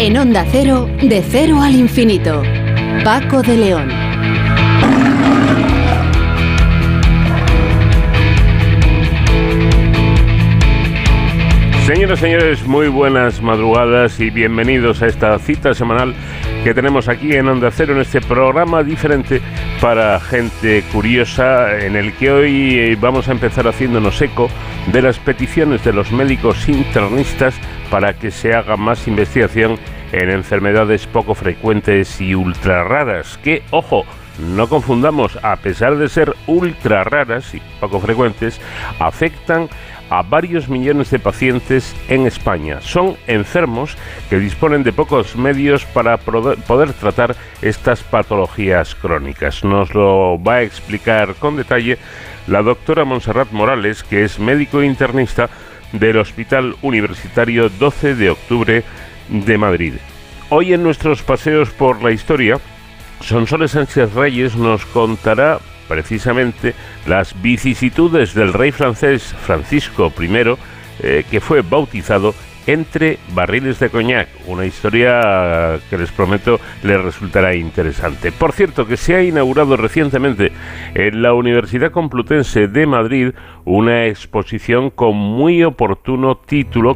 En Onda Cero, de cero al infinito. Paco de León. Señoras y señores, muy buenas madrugadas y bienvenidos a esta cita semanal que tenemos aquí en Onda Cero, en este programa diferente para gente curiosa, en el que hoy vamos a empezar haciéndonos eco de las peticiones de los médicos internistas para que se haga más investigación en enfermedades poco frecuentes y ultra raras, que, ojo, no confundamos, a pesar de ser ultra raras y poco frecuentes, afectan a varios millones de pacientes en España. Son enfermos que disponen de pocos medios para poder tratar estas patologías crónicas. Nos lo va a explicar con detalle la doctora Montserrat Morales, que es médico internista del Hospital Universitario 12 de Octubre de Madrid. Hoy en nuestros paseos por la historia, Sonsoles Sánchez Reyes nos contará precisamente las vicisitudes del rey francés Francisco I, que fue bautizado entre barriles de coñac, una historia que les prometo les resultará interesante. Por cierto, que se ha inaugurado recientemente en la Universidad Complutense de Madrid una exposición con el muy oportuno título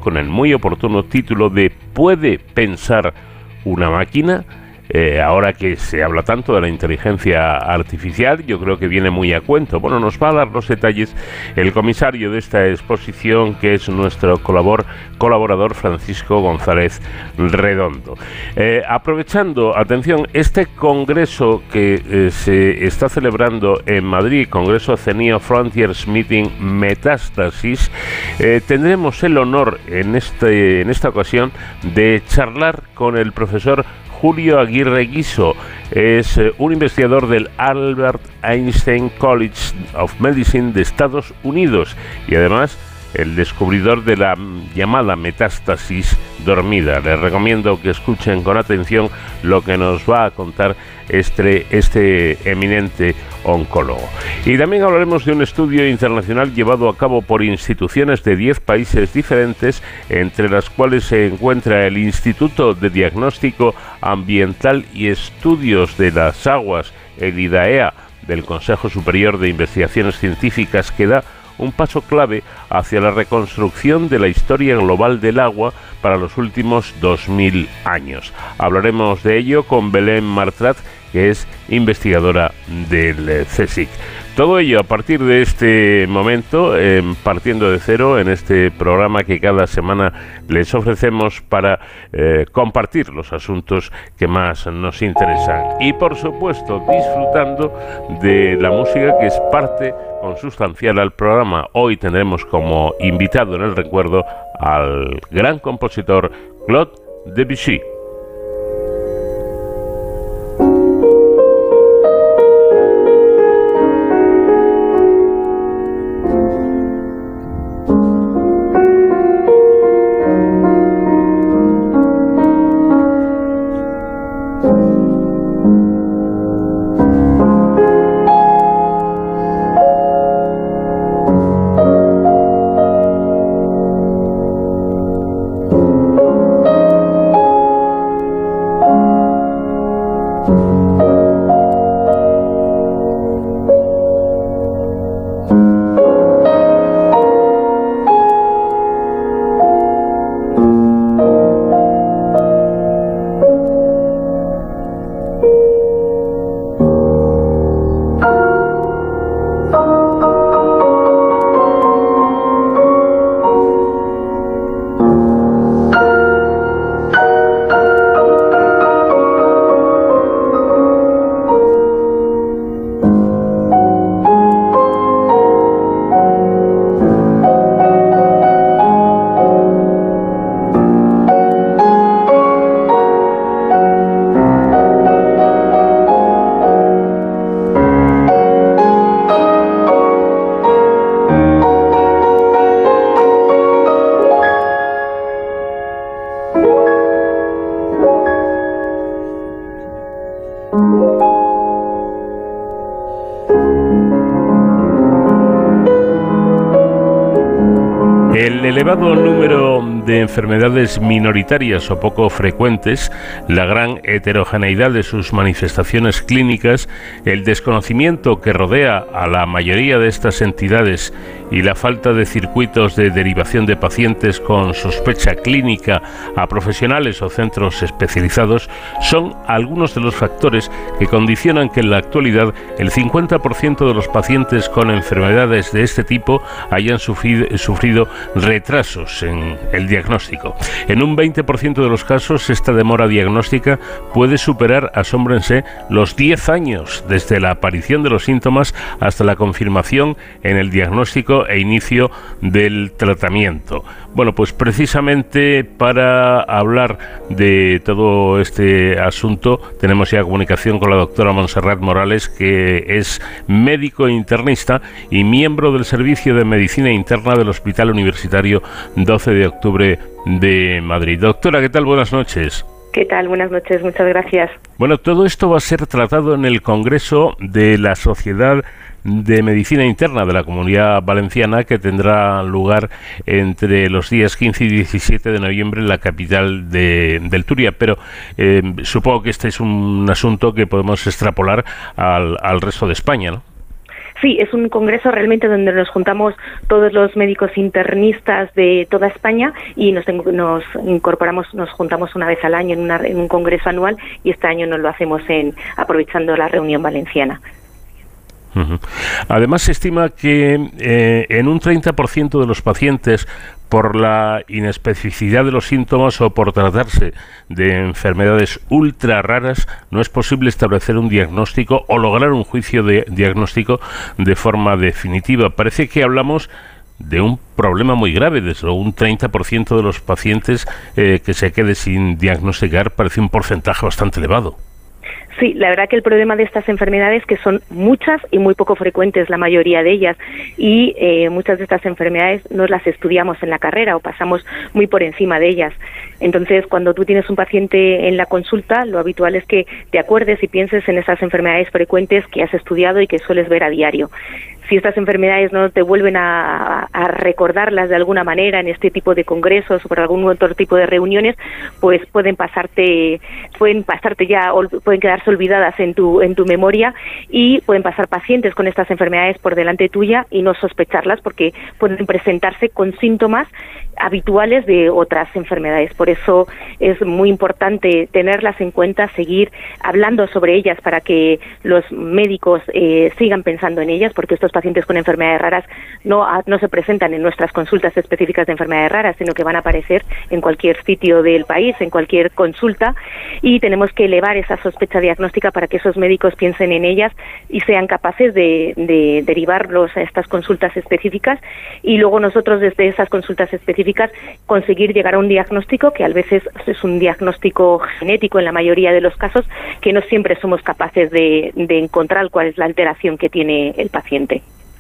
de ¿Puede pensar una máquina? Ahora que se habla tanto de la inteligencia artificial, yo creo que viene muy a cuento. Bueno, nos va a dar los detalles el comisario de esta exposición, que es nuestro colaborador Francisco González Redondo. Aprovechando, atención, este congreso que se está celebrando en Madrid, Congreso CENIO Frontiers Meeting Metástasis, tendremos el honor en esta ocasión de charlar con el profesor Julio Aguirre Guiso. Es un investigador del Albert Einstein College of Medicine de Estados Unidos y además el descubridor de la llamada metástasis dormida. Les recomiendo que escuchen con atención lo que nos va a contar este eminente oncólogo. Y también hablaremos de un estudio internacional llevado a cabo por instituciones de 10 países diferentes, entre las cuales se encuentra el Instituto de Diagnóstico Ambiental y Estudios de las Aguas, el IDAEA, del Consejo Superior de Investigaciones Científicas, que da un paso clave hacia la reconstrucción de la historia global del agua para los últimos 2000 años. Hablaremos de ello con Belén Martrat, que es investigadora del CSIC. Todo ello a partir de este momento, partiendo de cero, en este programa que cada semana les ofrecemos para compartir los asuntos que más nos interesan. Y por supuesto, disfrutando de la música, que es parte consustancial al programa. Hoy tendremos como invitado en el recuerdo al gran compositor Claude Debussy. El elevado número de enfermedades minoritarias o poco frecuentes, la gran heterogeneidad de sus manifestaciones clínicas, el desconocimiento que rodea a la mayoría de estas entidades y la falta de circuitos de derivación de pacientes con sospecha clínica a profesionales o centros especializados son algunos de los factores que condicionan que en la actualidad el 50% de los pacientes con enfermedades de este tipo hayan sufrido retrasos en el diagnóstico. En un 20% de los casos, esta demora diagnóstica puede superar, asómbrense, los 10 años desde la aparición de los síntomas hasta la confirmación en el diagnóstico e inicio del tratamiento. Bueno, pues precisamente para hablar de todo este asunto tenemos ya comunicación con la doctora Montserrat Morales, que es médico internista y miembro del Servicio de Medicina Interna del Hospital Universitario 12 de Octubre de Madrid. Doctora, ¿qué tal? Buenas noches. ¿Qué tal? Buenas noches, muchas gracias. Bueno, todo esto va a ser tratado en el Congreso de la Sociedad de Medicina Interna de la Comunidad Valenciana, que tendrá lugar entre los días 15 y 17 de noviembre en la capital del Turia, pero supongo que este es un asunto que podemos extrapolar al resto de España, ¿no? Sí, es un congreso realmente donde nos juntamos todos los médicos internistas de toda España y nos incorporamos, nos juntamos una vez al año en un congreso anual, y este año nos lo hacemos aprovechando la reunión valenciana. Además, se estima que en un 30% de los pacientes, por la inespecificidad de los síntomas o por tratarse de enfermedades ultra raras, no es posible establecer un diagnóstico o lograr un juicio de diagnóstico de forma definitiva. Parece que hablamos de un problema muy grave. Desde un 30% de los pacientes que se quede sin diagnosticar parece un porcentaje bastante elevado. Sí, la verdad que el problema de estas enfermedades, que son muchas y muy poco frecuentes la mayoría de ellas, y muchas de estas enfermedades no las estudiamos en la carrera o pasamos muy por encima de ellas. Entonces, cuando tú tienes un paciente en la consulta, lo habitual es que te acuerdes y pienses en esas enfermedades frecuentes que has estudiado y que sueles ver a diario. Si estas enfermedades no te vuelven a recordarlas de alguna manera en este tipo de congresos o por algún otro tipo de reuniones, pues pueden quedarse olvidadas en tu memoria, y pueden pasar pacientes con estas enfermedades por delante tuya y no sospecharlas, porque pueden presentarse con síntomas habituales de otras enfermedades. Por eso es muy importante tenerlas en cuenta, seguir hablando sobre ellas para que los médicos sigan pensando en ellas, porque estos pacientes con enfermedades raras no se presentan en nuestras consultas específicas de enfermedades raras, sino que van a aparecer en cualquier sitio del país, en cualquier consulta, y tenemos que elevar esa sospecha diagnóstica para que esos médicos piensen en ellas y sean capaces de derivarlos a estas consultas específicas, y luego nosotros desde esas consultas específicas conseguir llegar a un diagnóstico que a veces es un diagnóstico genético en la mayoría de los casos, que no siempre somos capaces de encontrar cuál es la alteración que tiene el paciente.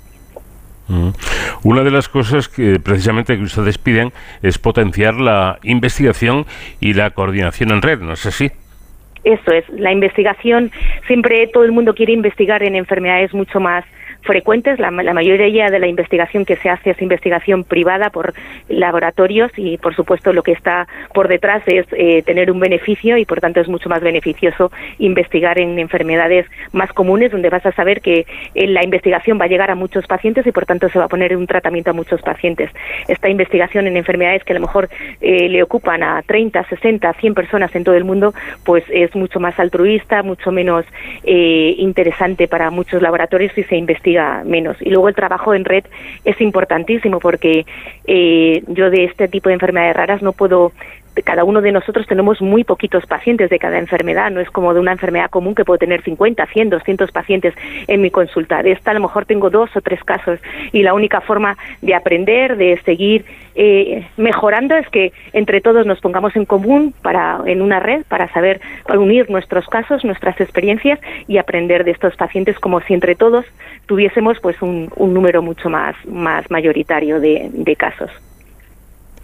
Una de las cosas que precisamente que ustedes piden es potenciar la investigación y la coordinación en red, ¿no es así? Eso es, la investigación. Siempre todo el mundo quiere investigar en enfermedades mucho más frecuentes. La mayoría de la investigación que se hace es investigación privada por laboratorios, y por supuesto lo que está por detrás es tener un beneficio, y por tanto es mucho más beneficioso investigar en enfermedades más comunes, donde vas a saber que la investigación va a llegar a muchos pacientes y por tanto se va a poner un tratamiento a muchos pacientes. Esta investigación en enfermedades que a lo mejor le ocupan a 30, 60, 100 personas en todo el mundo, pues es mucho más altruista, mucho menos interesante para muchos laboratorios, y se investiga menos. Y luego el trabajo en red es importantísimo, porque yo de este tipo de enfermedades raras no puedo cada uno de nosotros tenemos muy poquitos pacientes de cada enfermedad, no es como de una enfermedad común que puedo tener 50, 100, 200 pacientes en mi consulta. De esta a lo mejor tengo 2 o 3 casos, y la única forma de aprender, de seguir mejorando, es que entre todos nos pongamos en común en una red para saber unir nuestros casos, nuestras experiencias y aprender de estos pacientes, como si entre todos tuviésemos pues un número mucho más mayoritario de casos.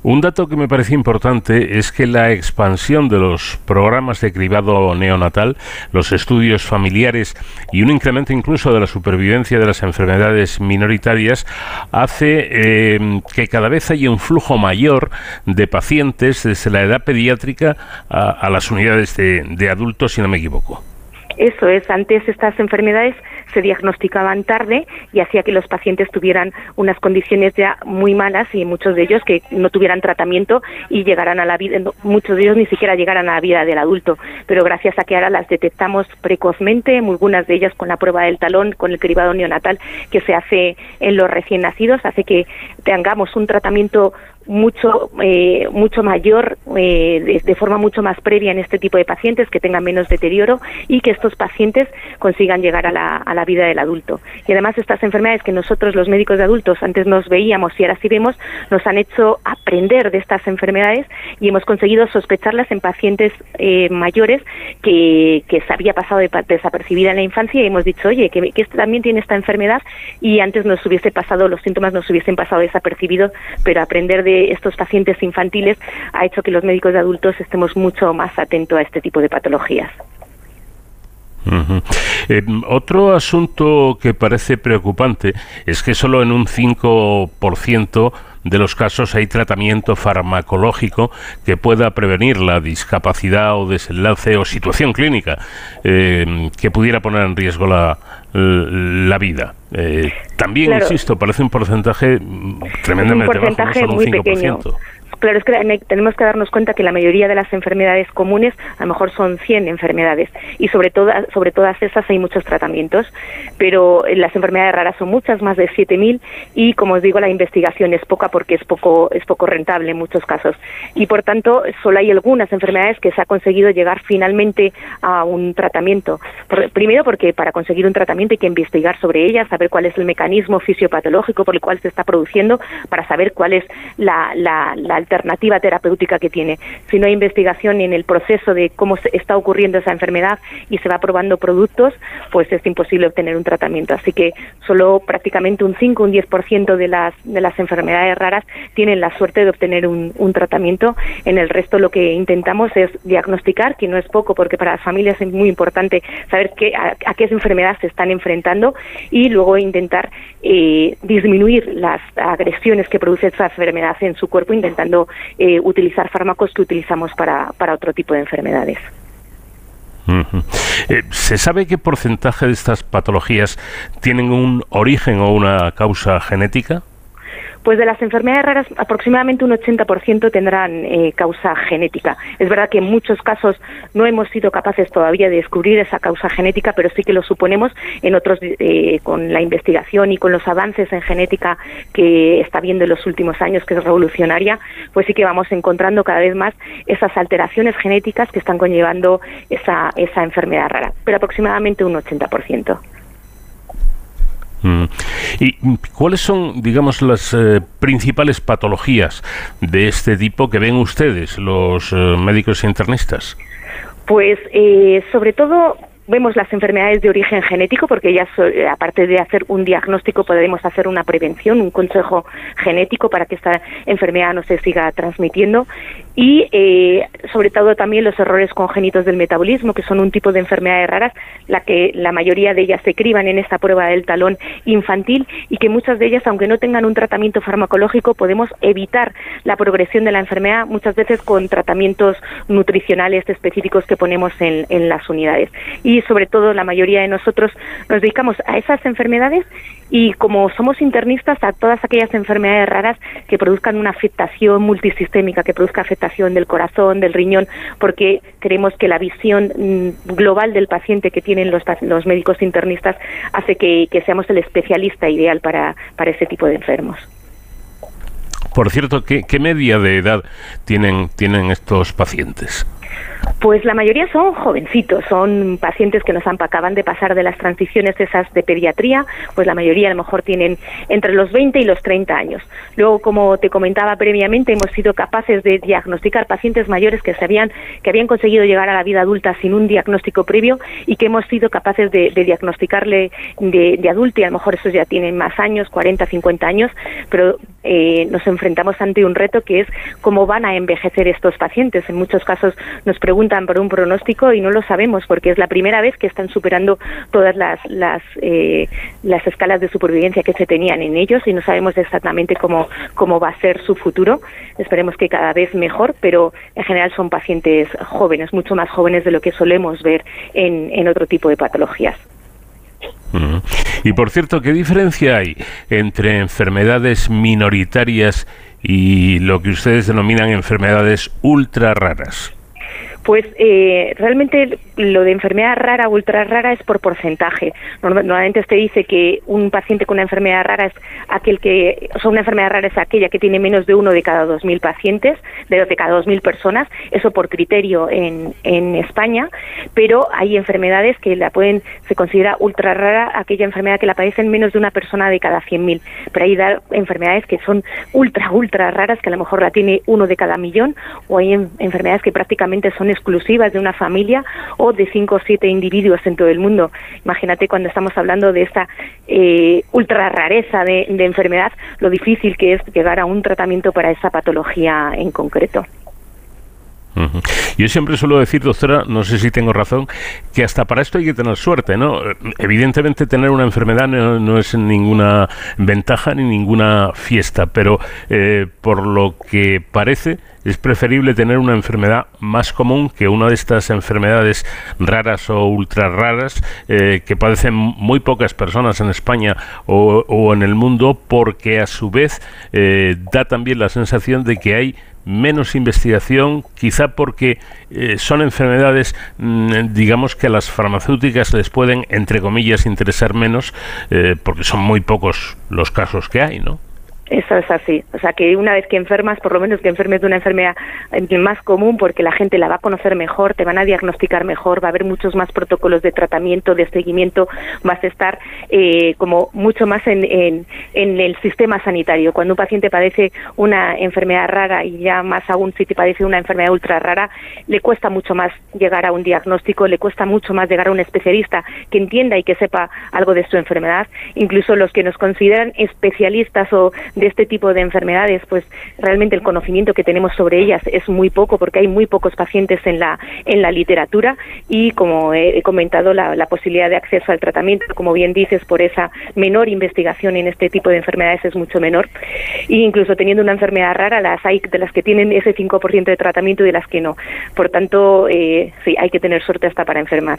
Un dato que me parece importante es que la expansión de los programas de cribado neonatal, los estudios familiares y un incremento incluso de la supervivencia de las enfermedades minoritarias hace que cada vez haya un flujo mayor de pacientes desde la edad pediátrica a las unidades de adultos, si no me equivoco. Eso es, antes estas enfermedades se diagnosticaban tarde y hacía que los pacientes tuvieran unas condiciones ya muy malas y muchos de ellos que no tuvieran tratamiento y llegaran a la vida, muchos de ellos ni siquiera llegaran a la vida del adulto, pero gracias a que ahora las detectamos precozmente, algunas de ellas con la prueba del talón, con el cribado neonatal que se hace en los recién nacidos, hace que tengamos un tratamiento mucho mayor, de forma mucho más previa en este tipo de pacientes, que tengan menos deterioro y que estos pacientes consigan llegar a la vida del adulto. Y además estas enfermedades que nosotros los médicos de adultos antes nos veíamos y ahora sí vemos, nos han hecho aprender de estas enfermedades y hemos conseguido sospecharlas en pacientes mayores que se había pasado desapercibida en la infancia y hemos dicho, oye, que este también tiene esta enfermedad y antes nos hubiese pasado, los síntomas nos hubiesen pasado desapercibidos, pero aprender de estos pacientes infantiles ha hecho que los médicos de adultos estemos mucho más atentos a este tipo de patologías. Otro asunto que parece preocupante es que solo en un 5% de los casos hay tratamiento farmacológico que pueda prevenir la discapacidad o desenlace o situación clínica que pudiera poner en riesgo la vida. También, claro, insisto, parece un porcentaje tremendamente bajo, no solo un 5%. Pequeño. Claro, es que tenemos que darnos cuenta que la mayoría de las enfermedades comunes a lo mejor son 100 enfermedades y sobre todas esas hay muchos tratamientos, pero las enfermedades raras son muchas, más de 7.000 y como os digo la investigación es poca porque es poco rentable en muchos casos y por tanto solo hay algunas enfermedades que se ha conseguido llegar finalmente a un tratamiento. Primero porque para conseguir un tratamiento hay que investigar sobre ellas, saber cuál es el mecanismo fisiopatológico por el cual se está produciendo para saber cuál es la alternativa terapéutica que tiene. Si no hay investigación en el proceso de cómo está ocurriendo esa enfermedad y se va probando productos, pues es imposible obtener un tratamiento. Así que solo prácticamente un 5, un 10% de las enfermedades raras tienen la suerte de obtener un tratamiento. En el resto lo que intentamos es diagnosticar, que no es poco porque para las familias es muy importante saber a qué enfermedad se están enfrentando y luego intentar disminuir las agresiones que produce esa enfermedad en su cuerpo, intentando utilizar fármacos que utilizamos para otro tipo de enfermedades. ¿Se sabe qué porcentaje de estas patologías tienen un origen o una causa genética? Pues de las enfermedades raras, aproximadamente un 80% tendrán causa genética. Es verdad que en muchos casos no hemos sido capaces todavía de descubrir esa causa genética, pero sí que lo suponemos. En otros, con la investigación y con los avances en genética que está viendo en los últimos años, que es revolucionaria, pues sí que vamos encontrando cada vez más esas alteraciones genéticas que están conllevando esa enfermedad rara, pero aproximadamente un 80%. ¿Y cuáles son, digamos, las principales patologías de este tipo que ven ustedes, los médicos internistas? Pues sobre todo vemos las enfermedades de origen genético, porque ellas, aparte de hacer un diagnóstico, podemos hacer una prevención, un consejo genético para que esta enfermedad no se siga transmitiendo. Y sobre todo también los errores congénitos del metabolismo, que son un tipo de enfermedades raras, la mayoría de ellas se criban en esta prueba del talón infantil y que muchas de ellas, aunque no tengan un tratamiento farmacológico, podemos evitar la progresión de la enfermedad muchas veces con tratamientos nutricionales específicos que ponemos en las unidades. Y sobre todo la mayoría de nosotros nos dedicamos a esas enfermedades y como somos internistas, a todas aquellas enfermedades raras que produzcan una afectación multisistémica, que produzca afectación del corazón, del riñón, porque creemos que la visión global del paciente que tienen los médicos internistas hace que seamos el especialista ideal para ese tipo de enfermos. Por cierto, ¿qué media de edad tienen estos pacientes? Pues la mayoría son jovencitos, son pacientes que acaban de pasar de las transiciones esas de pediatría, pues la mayoría a lo mejor tienen entre los 20 y los 30 años. Luego, como te comentaba previamente, hemos sido capaces de diagnosticar pacientes mayores que habían conseguido llegar a la vida adulta sin un diagnóstico previo y que hemos sido capaces de diagnosticarle de adulto, y a lo mejor esos ya tienen más años, 40, 50 años, pero nos enfrentamos ante un reto que es cómo van a envejecer estos pacientes. En muchos casos nos preguntan por un pronóstico y no lo sabemos porque es la primera vez que están superando todas las escalas de supervivencia que se tenían en ellos y no sabemos exactamente cómo va a ser su futuro. Esperemos que cada vez mejor, pero en general son pacientes jóvenes, mucho más jóvenes de lo que solemos ver en otro tipo de patologías. Y por cierto, ¿qué diferencia hay entre enfermedades minoritarias y lo que ustedes denominan enfermedades ultra raras? Pues realmente lo de enfermedad rara o ultra rara es por porcentaje. Normalmente se dice que un paciente con una enfermedad rara es una enfermedad rara es aquella que tiene menos de 1 de cada 2.000 pacientes, de cada 2.000 personas, eso por criterio en España, pero hay enfermedades que se considera ultra rara aquella enfermedad que la padecen menos de una persona de cada 100.000, pero hay enfermedades que son ultra raras, que a lo mejor la tiene 1 de cada 1.000.000, o hay enfermedades que prácticamente son exclusivas de una familia o de 5 o 7 individuos en todo el mundo. Imagínate cuando estamos hablando de esta ultra rareza de enfermedad, lo difícil que es llegar a un tratamiento para esa patología en concreto. Yo siempre suelo decir, doctora, no sé si tengo razón, que hasta para esto hay que tener suerte, ¿no? Evidentemente tener una enfermedad no es ninguna ventaja ni ninguna fiesta, pero por lo que parece es preferible tener una enfermedad más común que una de estas enfermedades raras o ultra raras que padecen muy pocas personas en España o en el mundo, porque a su vez da también la sensación de que hay menos investigación, quizá porque son enfermedades, digamos, que a las farmacéuticas les pueden, entre comillas, interesar menos, porque son muy pocos los casos que hay, ¿no? Eso es así, o sea que una vez que enfermas, por lo menos que enfermes de una enfermedad más común, porque la gente la va a conocer mejor, te van a diagnosticar mejor, va a haber muchos más protocolos de tratamiento, de seguimiento, vas a estar como mucho más en el sistema sanitario. Cuando un paciente padece una enfermedad rara, y ya más aún si te padece una enfermedad ultra rara, le cuesta mucho más llegar a un diagnóstico, le cuesta mucho más llegar a un especialista que entienda y que sepa algo de su enfermedad. Incluso los que nos consideran especialistas o de este tipo de enfermedades, pues realmente el conocimiento que tenemos sobre ellas es muy poco, porque hay muy pocos pacientes en la literatura, y como he comentado, la posibilidad de acceso al tratamiento, como bien dices, por esa menor investigación en este tipo de enfermedades es mucho menor. Y incluso teniendo una enfermedad rara, hay de las que tienen ese 5% de tratamiento y de las que no. Por tanto, sí, hay que tener suerte hasta para enfermar.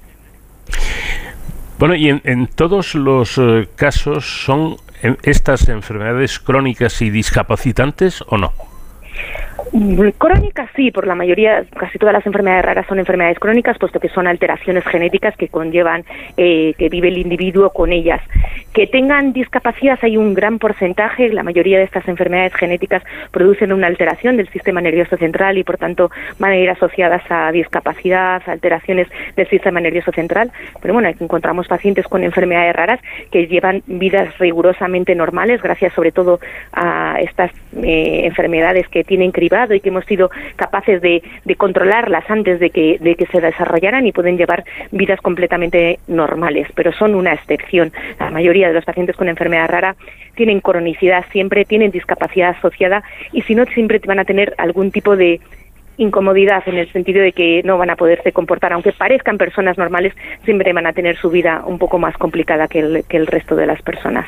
Bueno, y en todos los casos, ¿son estas enfermedades crónicas y discapacitantes o no? Crónicas sí, por la mayoría, casi todas las enfermedades raras son enfermedades crónicas, puesto que son alteraciones genéticas que conllevan que vive el individuo con ellas. Que tengan discapacidad, hay un gran porcentaje, la mayoría de estas enfermedades genéticas producen una alteración del sistema nervioso central y por tanto van a ir asociadas a discapacidad, a alteraciones del sistema nervioso central, pero bueno, encontramos pacientes con enfermedades raras que llevan vidas rigurosamente normales, gracias sobre todo a estas enfermedades que tienen cribado y que hemos sido capaces de controlarlas antes de que se desarrollaran, y pueden llevar vidas completamente normales, pero son una excepción. La mayoría de los pacientes con enfermedad rara tienen cronicidad siempre, tienen discapacidad asociada, y si no, siempre van a tener algún tipo de incomodidad, en el sentido de que no van a poderse comportar, aunque parezcan personas normales, siempre van a tener su vida un poco más complicada que el resto de las personas.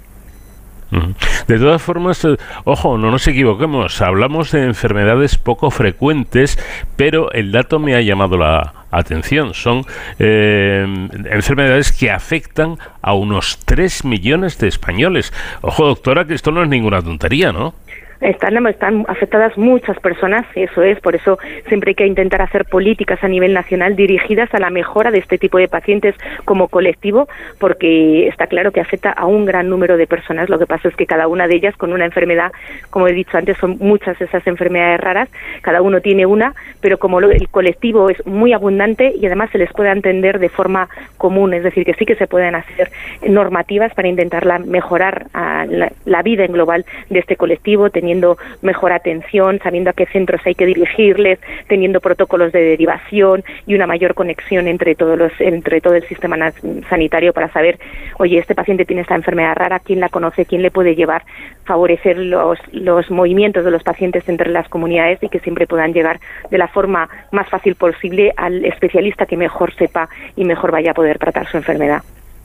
De todas formas, ojo, no nos equivoquemos, hablamos de enfermedades poco frecuentes, pero el dato me ha llamado la atención. Son enfermedades que afectan a unos 3 millones de españoles. Ojo, doctora, que esto no es ninguna tontería, ¿no? Están afectadas muchas personas, eso es, por eso siempre hay que intentar hacer políticas a nivel nacional dirigidas a la mejora de este tipo de pacientes como colectivo, porque está claro que afecta a un gran número de personas. Lo que pasa es que cada una de ellas con una enfermedad, como he dicho antes, son muchas esas enfermedades raras, cada uno tiene una, pero como el colectivo es muy abundante y además se les puede entender de forma común, es decir, que sí que se pueden hacer normativas para intentar mejorar la vida en global de este colectivo, teniendo mejor atención, sabiendo a qué centros hay que dirigirles, teniendo protocolos de derivación y una mayor conexión entre todo el sistema sanitario para saber, oye, este paciente tiene esta enfermedad rara, quién la conoce, quién le puede llevar, favorecer los movimientos de los pacientes entre las comunidades y que siempre puedan llegar de la forma más fácil posible al especialista que mejor sepa y mejor vaya a poder tratar su enfermedad.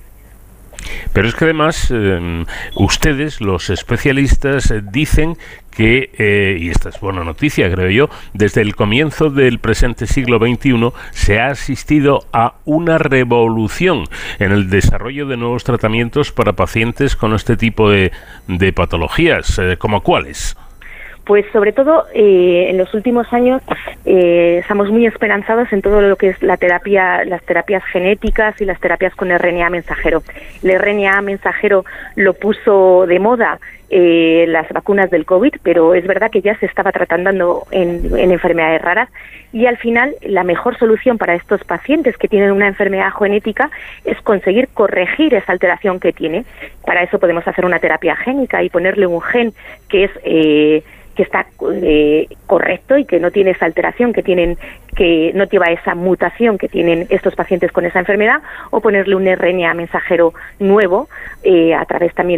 Pero es que además ustedes, los especialistas, dicen que, y esta es buena noticia creo yo, desde el comienzo del presente siglo XXI se ha asistido a una revolución en el desarrollo de nuevos tratamientos para pacientes con este tipo de patologías, ¿como cuáles? Pues sobre todo en los últimos años estamos muy esperanzados en todo lo que es las terapias genéticas y las terapias con RNA mensajero. El RNA mensajero lo puso de moda las vacunas del COVID, pero es verdad que ya se estaba tratando en enfermedades raras y al final la mejor solución para estos pacientes que tienen una enfermedad genética es conseguir corregir esa alteración que tiene. Para eso podemos hacer una terapia génica y ponerle un gen que está correcto y que no tiene esa alteración que no lleva esa mutación que tienen estos pacientes con esa enfermedad, o ponerle un RNA mensajero nuevo a través también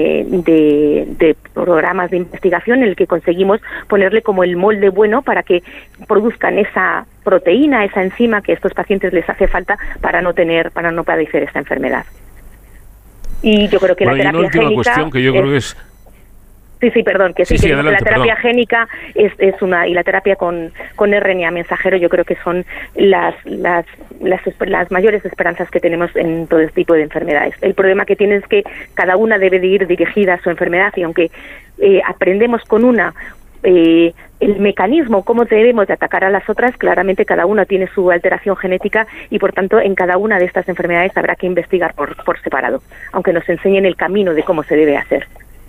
de programas de investigación en el que conseguimos ponerle como el molde bueno para que produzcan esa proteína, esa enzima que a estos pacientes les hace falta para no padecer esta enfermedad. Y yo creo que la terapia génica... Una última cuestión que yo creo que es... Sí, perdón, que adelante, la terapia génica es una, y la terapia con RNA mensajero yo creo que son las mayores esperanzas que tenemos en todo este tipo de enfermedades. El problema que tiene es que cada una debe de ir dirigida a su enfermedad y aunque aprendemos con una el mecanismo, cómo debemos de atacar a las otras, claramente cada una tiene su alteración genética y por tanto en cada una de estas enfermedades habrá que investigar por separado, aunque nos enseñen el camino de cómo se debe hacer.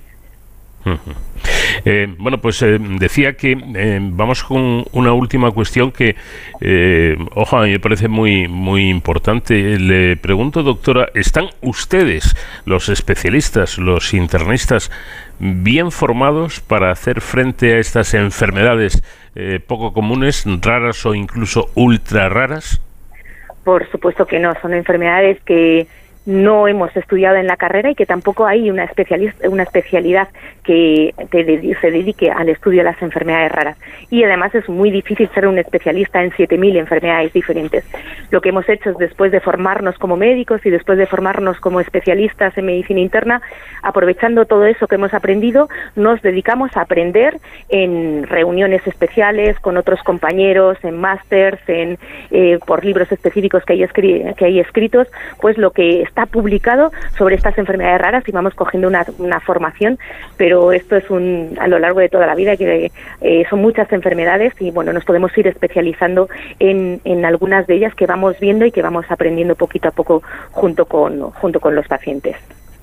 Bueno, pues decía que vamos con una última cuestión que, ojo, a mí me parece muy, muy importante. Le pregunto, doctora, ¿están ustedes, los especialistas, los internistas, bien formados para hacer frente a estas enfermedades poco comunes, raras o incluso ultra raras? Por supuesto que no, son enfermedades que no hemos estudiado en la carrera y que tampoco hay una especialidad que se dedique al estudio de las enfermedades raras. Y además es muy difícil ser un especialista en 7.000 enfermedades diferentes. Lo que hemos hecho es, después de formarnos como médicos y después de formarnos como especialistas en medicina interna, aprovechando todo eso que hemos aprendido, nos dedicamos a aprender en reuniones especiales con otros compañeros, en másters, por libros específicos que hay escritos, pues lo que está publicado sobre estas enfermedades raras y vamos cogiendo una formación, pero esto es a lo largo de toda la vida, que son muchas enfermedades y bueno, nos podemos ir especializando en algunas de ellas que vamos viendo y que vamos aprendiendo poquito a poco junto con los pacientes.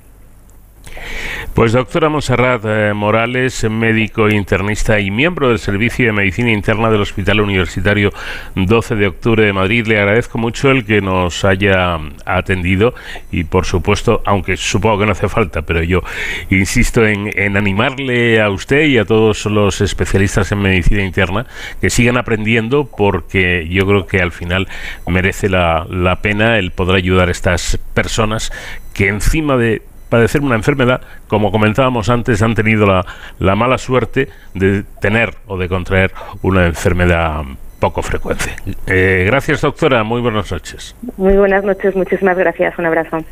Pues doctora Montserrat Morales, médico internista y miembro del Servicio de Medicina Interna del Hospital Universitario 12 de Octubre de Madrid, le agradezco mucho el que nos haya atendido y por supuesto, aunque supongo que no hace falta, pero yo insisto en animarle a usted y a todos los especialistas en medicina interna que sigan aprendiendo, porque yo creo que al final merece la pena el poder ayudar a estas personas que encima de padecer una enfermedad, como comentábamos antes, han tenido la mala suerte de tener o de contraer una enfermedad poco frecuente. Gracias, doctora. Muy buenas noches. Muy buenas noches. Muchísimas gracias. Un abrazo.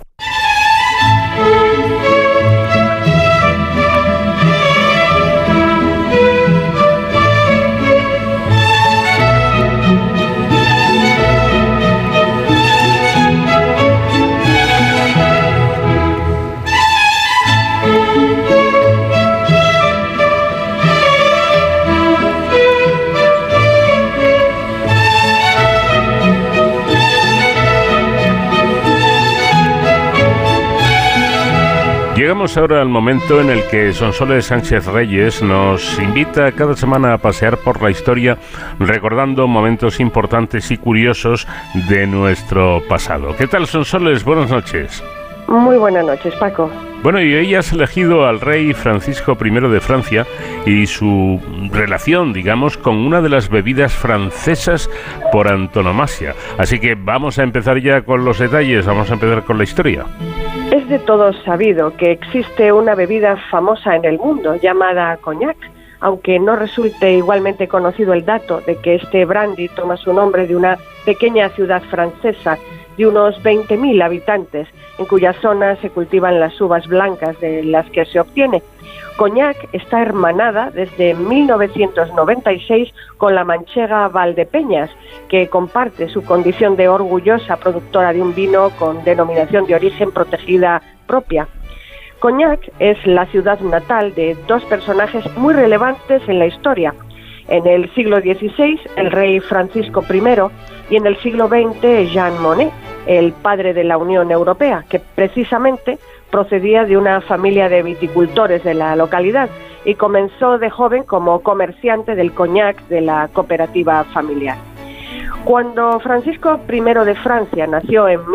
Llegamos ahora al momento en el que Sonsoles Sánchez Reyes nos invita cada semana a pasear por la historia recordando momentos importantes y curiosos de nuestro pasado. ¿Qué tal, Sonsoles? Buenas noches. Muy buenas noches, Paco. Bueno, y hoy has elegido al rey Francisco I de Francia y su relación, digamos, con una de las bebidas francesas por antonomasia. Así que vamos a empezar ya con los detalles, vamos a empezar con la historia. Es de todos sabido que existe una bebida famosa en el mundo llamada coñac, aunque no resulte igualmente conocido el dato de que este brandy toma su nombre de una pequeña ciudad francesa de unos 20.000 habitantes, en cuya zona se cultivan las uvas blancas de las que se obtiene. Coñac está hermanada desde 1996 con la manchega Valdepeñas, que comparte su condición de orgullosa productora de un vino con denominación de origen protegida propia. Coñac es la ciudad natal de dos personajes muy relevantes en la historia. En el siglo XVI, el rey Francisco I, y en el siglo XX, Jean Monnet, el padre de la Unión Europea, que precisamente procedía de una familia de viticultores de la localidad y comenzó de joven como comerciante del coñac de la cooperativa familiar. Cuando Francisco I de Francia nació en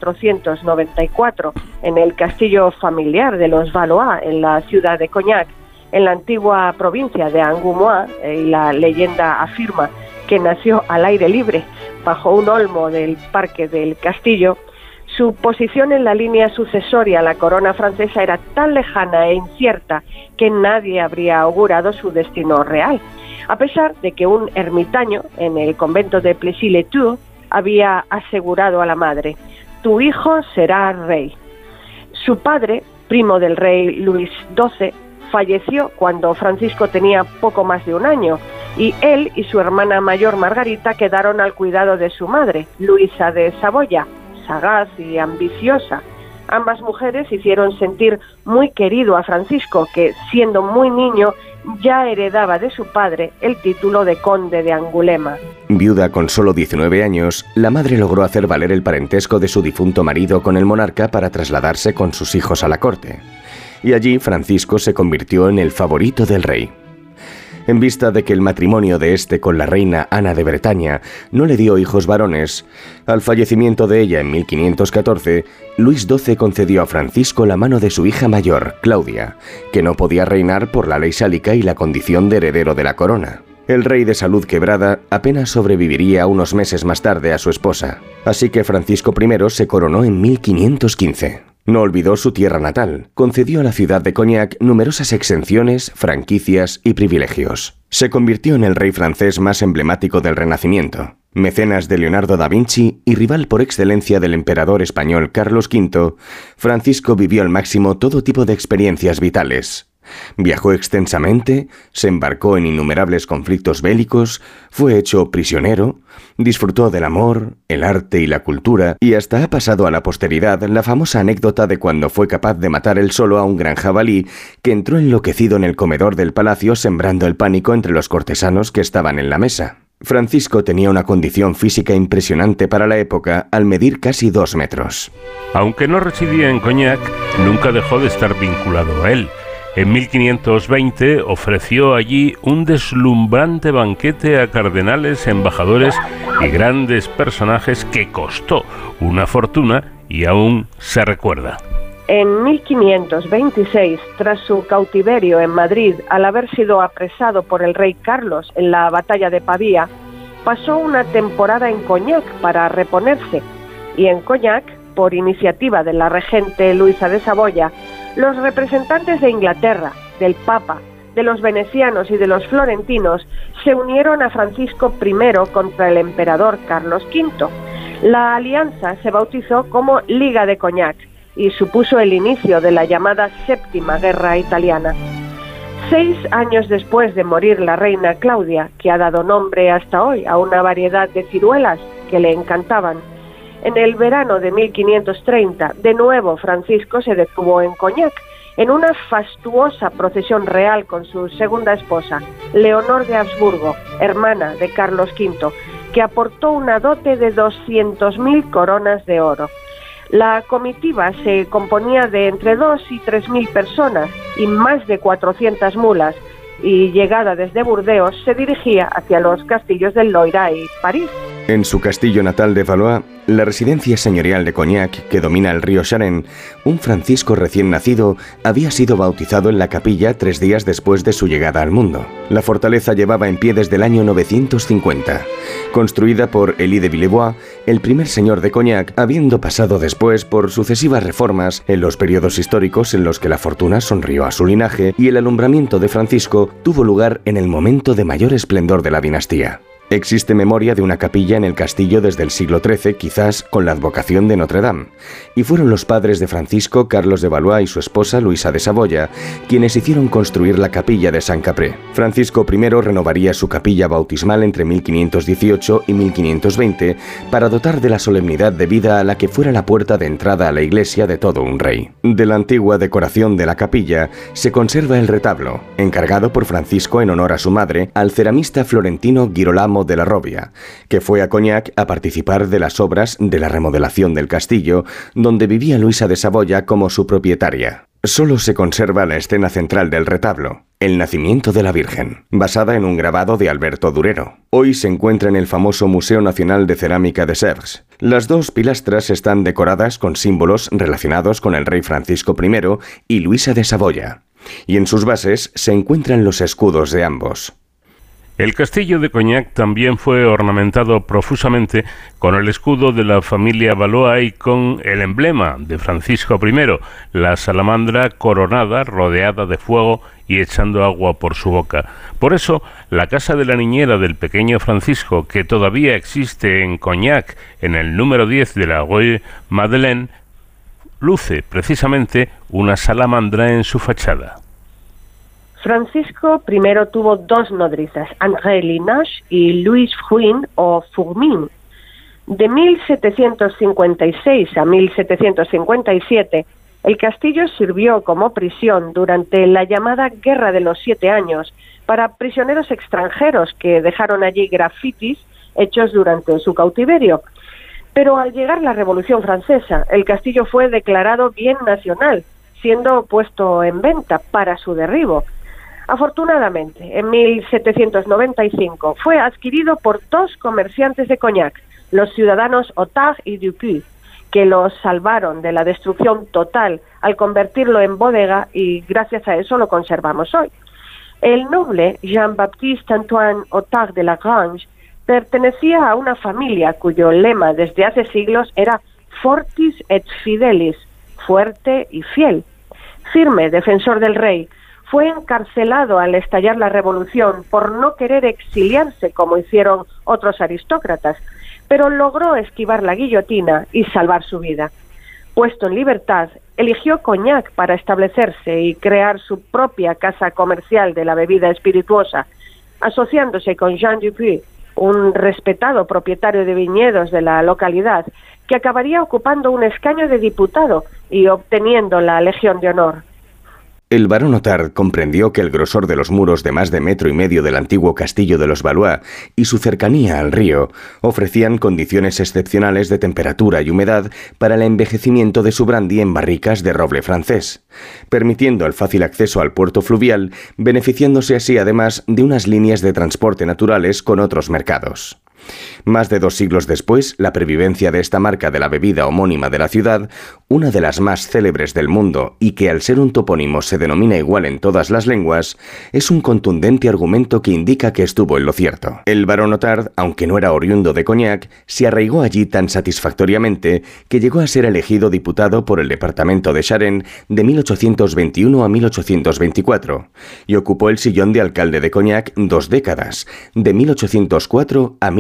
1494 en el castillo familiar de los Valois, en la ciudad de Coñac, en la antigua provincia de Angoumois, y la leyenda afirma que nació al aire libre, bajo un olmo del parque del castillo, su posición en la línea sucesoria a la corona francesa era tan lejana e incierta que nadie habría augurado su destino real, a pesar de que un ermitaño en el convento de Plessis-les-Tours había asegurado a la madre: «Tu hijo será rey». Su padre, primo del rey Luis XII, falleció cuando Francisco tenía poco más de un año, y él y su hermana mayor Margarita quedaron al cuidado de su madre, Luisa de Saboya, sagaz y ambiciosa. Ambas mujeres hicieron sentir muy querido a Francisco, que, siendo muy niño, ya heredaba de su padre el título de conde de Angulema. Viuda con solo 19 años, la madre logró hacer valer el parentesco de su difunto marido con el monarca para trasladarse con sus hijos a la corte. Y allí Francisco se convirtió en el favorito del rey. En vista de que el matrimonio de este con la reina Ana de Bretaña no le dio hijos varones, al fallecimiento de ella en 1514, Luis XII concedió a Francisco la mano de su hija mayor, Claudia, que no podía reinar por la ley sálica y la condición de heredero de la corona. El rey, de salud quebrada, apenas sobreviviría unos meses más tarde a su esposa, así que Francisco I se coronó en 1515. No olvidó su tierra natal, concedió a la ciudad de Coñac numerosas exenciones, franquicias y privilegios. Se convirtió en el rey francés más emblemático del Renacimiento. Mecenas de Leonardo da Vinci y rival por excelencia del emperador español Carlos V, Francisco vivió al máximo todo tipo de experiencias vitales. Viajó extensamente, se embarcó en innumerables conflictos bélicos, fue hecho prisionero, disfrutó del amor, el arte y la cultura, y hasta ha pasado a la posteridad la famosa anécdota de cuando fue capaz de matar él solo a un gran jabalí que entró enloquecido en el comedor del palacio, sembrando el pánico entre los cortesanos que estaban en la mesa. Francisco tenía una condición física impresionante para la época, al medir casi 2 metros. Aunque no residía en Coñac, nunca dejó de estar vinculado a él. En 1520 ofreció allí un deslumbrante banquete a cardenales, embajadores y grandes personajes que costó una fortuna y aún se recuerda. En 1526, tras su cautiverio en Madrid, al haber sido apresado por el rey Carlos en la batalla de Pavía, pasó una temporada en Coñac para reponerse, y en Coñac, por iniciativa de la regente Luisa de Saboya, los representantes de Inglaterra, del Papa, de los venecianos y de los florentinos se unieron a Francisco I contra el emperador Carlos V. La alianza se bautizó como Liga de Coñac y supuso el inicio de la llamada Séptima Guerra Italiana. 6 años después de morir la reina Claudia, que ha dado nombre hasta hoy a una variedad de ciruelas que le encantaban, en el verano de 1530, de nuevo Francisco se detuvo en Coñac, en una fastuosa procesión real con su segunda esposa, Leonor de Habsburgo, hermana de Carlos V, que aportó una dote de 200.000 coronas de oro. La comitiva se componía de entre 2 y 3.000 personas y más de 400 mulas, y llegada desde Burdeos se dirigía hacia los castillos del Loira y París. En su castillo natal de Valois, la residencia señorial de Cognac, que domina el río Charente, un Francisco recién nacido había sido bautizado en la capilla 3 días después de su llegada al mundo. La fortaleza llevaba en pie desde el año 950. Construida por Élie de Villebois, el primer señor de Cognac, habiendo pasado después por sucesivas reformas en los periodos históricos en los que la fortuna sonrió a su linaje y el alumbramiento de Francisco tuvo lugar en el momento de mayor esplendor de la dinastía. Existe memoria de una capilla en el castillo desde el siglo XIII, quizás con la advocación de Notre Dame, y fueron los padres de Francisco, Carlos de Valois y su esposa Luisa de Saboya, quienes hicieron construir la capilla de Saint-Capré. Francisco I renovaría su capilla bautismal entre 1518 y 1520 para dotar de la solemnidad debida a la que fuera la puerta de entrada a la iglesia de todo un rey. De la antigua decoración de la capilla se conserva el retablo, encargado por Francisco en honor a su madre, al ceramista florentino Girolamo de la Robbia, que fue a Cognac a participar de las obras de la remodelación del castillo, donde vivía Luisa de Saboya como su propietaria. Solo se conserva la escena central del retablo, el nacimiento de la Virgen, basada en un grabado de Alberto Durero. Hoy se encuentra en el famoso Museo Nacional de Cerámica de Sèvres. Las 2 pilastras están decoradas con símbolos relacionados con el rey Francisco I y Luisa de Saboya, y en sus bases se encuentran los escudos de ambos. El castillo de Cognac también fue ornamentado profusamente con el escudo de la familia Valois y con el emblema de Francisco I, la salamandra coronada, rodeada de fuego y echando agua por su boca. Por eso, la casa de la niñera del pequeño Francisco, que todavía existe en Cognac, en el número 10 de la Rue Madeleine, luce precisamente una salamandra en su fachada. Francisco I tuvo 2 nodrizas, André Linache y Louise Fruin o Fourmin. De 1756 a 1757, el castillo sirvió como prisión durante la llamada Guerra de los 7 Años para prisioneros extranjeros que dejaron allí grafitis hechos durante su cautiverio. Pero al llegar la Revolución Francesa, el castillo fue declarado bien nacional, siendo puesto en venta para su derribo. Afortunadamente, en 1795 fue adquirido por 2 comerciantes de Cognac, los ciudadanos Otard y Dupuy, que lo salvaron de la destrucción total al convertirlo en bodega y gracias a eso lo conservamos hoy. El noble Jean-Baptiste Antoine Otard de Lagrange pertenecía a una familia cuyo lema desde hace siglos era Fortis et Fidelis, fuerte y fiel. Firme defensor del rey, fue encarcelado al estallar la revolución por no querer exiliarse como hicieron otros aristócratas, pero logró esquivar la guillotina y salvar su vida. Puesto en libertad, eligió Cognac para establecerse y crear su propia casa comercial de la bebida espirituosa, asociándose con Jean Dupuy, un respetado propietario de viñedos de la localidad, que acabaría ocupando un escaño de diputado y obteniendo la Legión de Honor. El barón Otard comprendió que el grosor de los muros de más de 1,5 metros del antiguo castillo de los Valois y su cercanía al río ofrecían condiciones excepcionales de temperatura y humedad para el envejecimiento de su brandy en barricas de roble francés, permitiendo el fácil acceso al puerto fluvial, beneficiándose así además de unas líneas de transporte naturales con otros mercados. Más de 2 siglos después, la pervivencia de esta marca de la bebida homónima de la ciudad, una de las más célebres del mundo y que al ser un topónimo se denomina igual en todas las lenguas, es un contundente argumento que indica que estuvo en lo cierto. El barón Otard, aunque no era oriundo de Cognac, se arraigó allí tan satisfactoriamente que llegó a ser elegido diputado por el departamento de Charente de 1821 a 1824 y ocupó el sillón de alcalde de Cognac 2 décadas, de 1804 a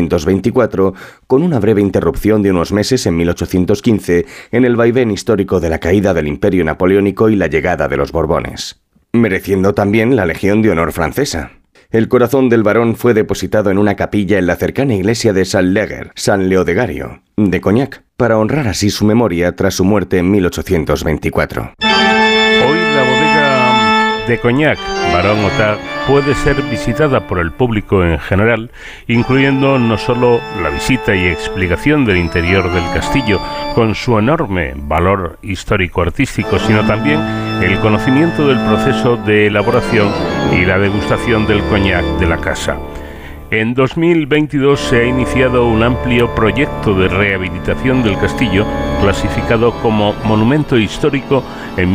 1824, con una breve interrupción de unos meses en 1815 en el vaivén histórico de la caída del Imperio Napoleónico y la llegada de los Borbones, mereciendo también la Legión de Honor francesa. El corazón del barón fue depositado en una capilla en la cercana iglesia de Saint-Léger, San Leodegario, de Cognac, para honrar así su memoria tras su muerte en 1824. Hoy la bodega de Cognac, Barón Otard, puede ser visitada por el público en general, incluyendo no solo la visita y explicación del interior del castillo, con su enorme valor histórico-artístico, sino también el conocimiento del proceso de elaboración y la degustación del Cognac de la casa. En 2022 se ha iniciado un amplio proyecto de rehabilitación del castillo, clasificado como Monumento Histórico en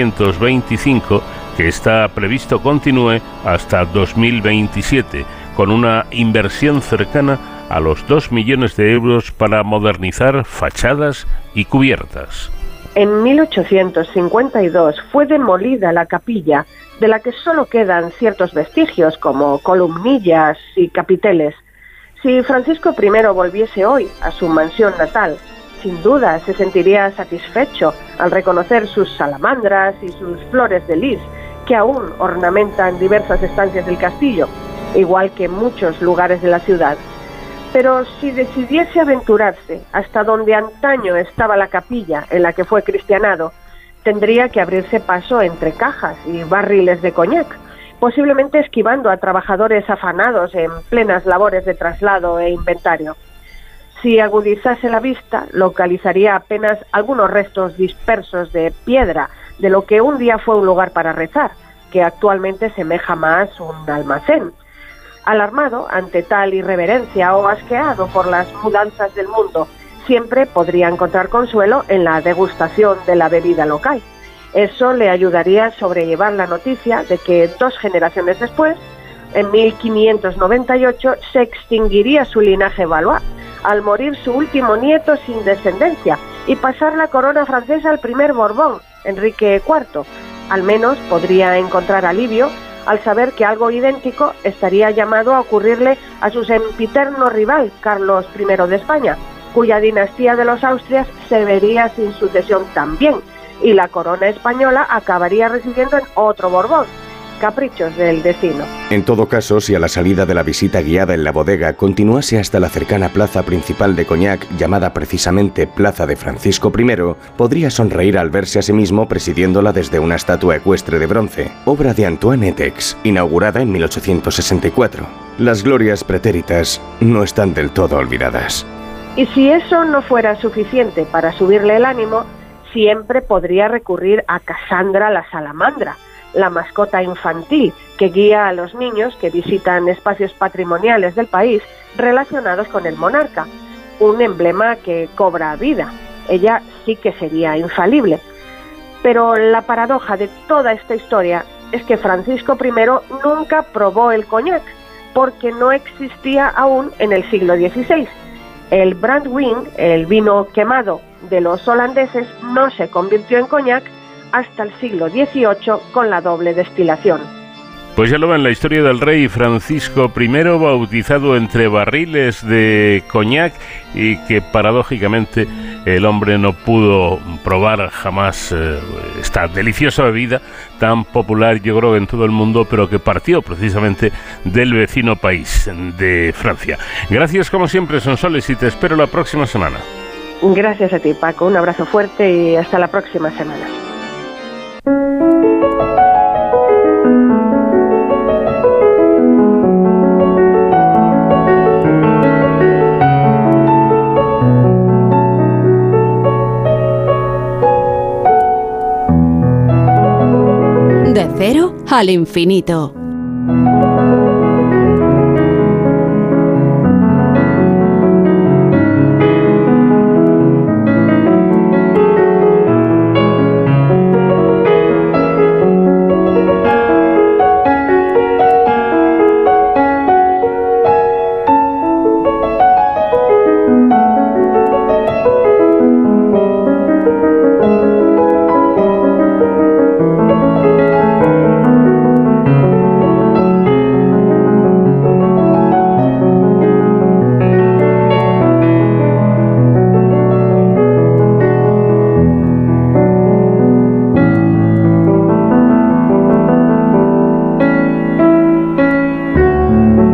1925, que está previsto continúe hasta 2027, con una inversión cercana a los 2 millones de euros para modernizar fachadas y cubiertas. En 1852 fue demolida la capilla, de la que solo quedan ciertos vestigios como columnillas y capiteles. Si Francisco I volviese hoy a su mansión natal, sin duda se sentiría satisfecho al reconocer sus salamandras y sus flores de lis, que aún ornamentan diversas estancias del castillo, igual que en muchos lugares de la ciudad. Pero si decidiese aventurarse hasta donde antaño estaba la capilla en la que fue cristianado, tendría que abrirse paso entre cajas y barriles de coñac, posiblemente esquivando a trabajadores afanados en plenas labores de traslado e inventario. Si agudizase la vista, localizaría apenas algunos restos dispersos de piedra de lo que un día fue un lugar para rezar, que actualmente semeja más un almacén. Alarmado ante tal irreverencia o asqueado por las mudanzas del mundo, siempre podría encontrar consuelo en la degustación de la bebida local. Eso le ayudaría a sobrellevar la noticia de que 2 generaciones después, en 1598, se extinguiría su linaje Valois, al morir su último nieto sin descendencia, y pasar la corona francesa al primer Borbón, Enrique IV. Al menos podría encontrar alivio al saber que algo idéntico estaría llamado a ocurrirle a su sempiterno rival, Carlos I de España, cuya dinastía de los Austrias se vería sin sucesión también, y la corona española acabaría residiendo en otro Borbón. Caprichos del destino. En todo caso, si a la salida de la visita guiada en la bodega continuase hasta la cercana plaza principal de Cognac, llamada precisamente Plaza de Francisco I, podría sonreír al verse a sí mismo presidiéndola desde una estatua ecuestre de bronce, obra de Antoine Etex, inaugurada en 1864. Las glorias pretéritas no están del todo olvidadas. Y si eso no fuera suficiente para subirle el ánimo, siempre podría recurrir a Cassandra la salamandra, la mascota infantil que guía a los niños que visitan espacios patrimoniales del país relacionados con el monarca, un emblema que cobra vida. Ella sí que sería infalible. Pero la paradoja de toda esta historia es que Francisco I nunca probó el coñac, porque no existía aún en el siglo XVI. El Brandewijn, el vino quemado de los holandeses, no se convirtió en coñac hasta el siglo XVIII con la doble destilación. Pues ya lo ven, la historia del rey Francisco I, bautizado entre barriles de coñac y que paradójicamente el hombre no pudo probar jamás esta deliciosa bebida tan popular, yo creo, en todo el mundo, pero que partió precisamente del vecino país de Francia. Gracias como siempre, Sonsoles, y te espero la próxima semana. Gracias a ti, Paco. Un abrazo fuerte y hasta la próxima semana. De cero al infinito.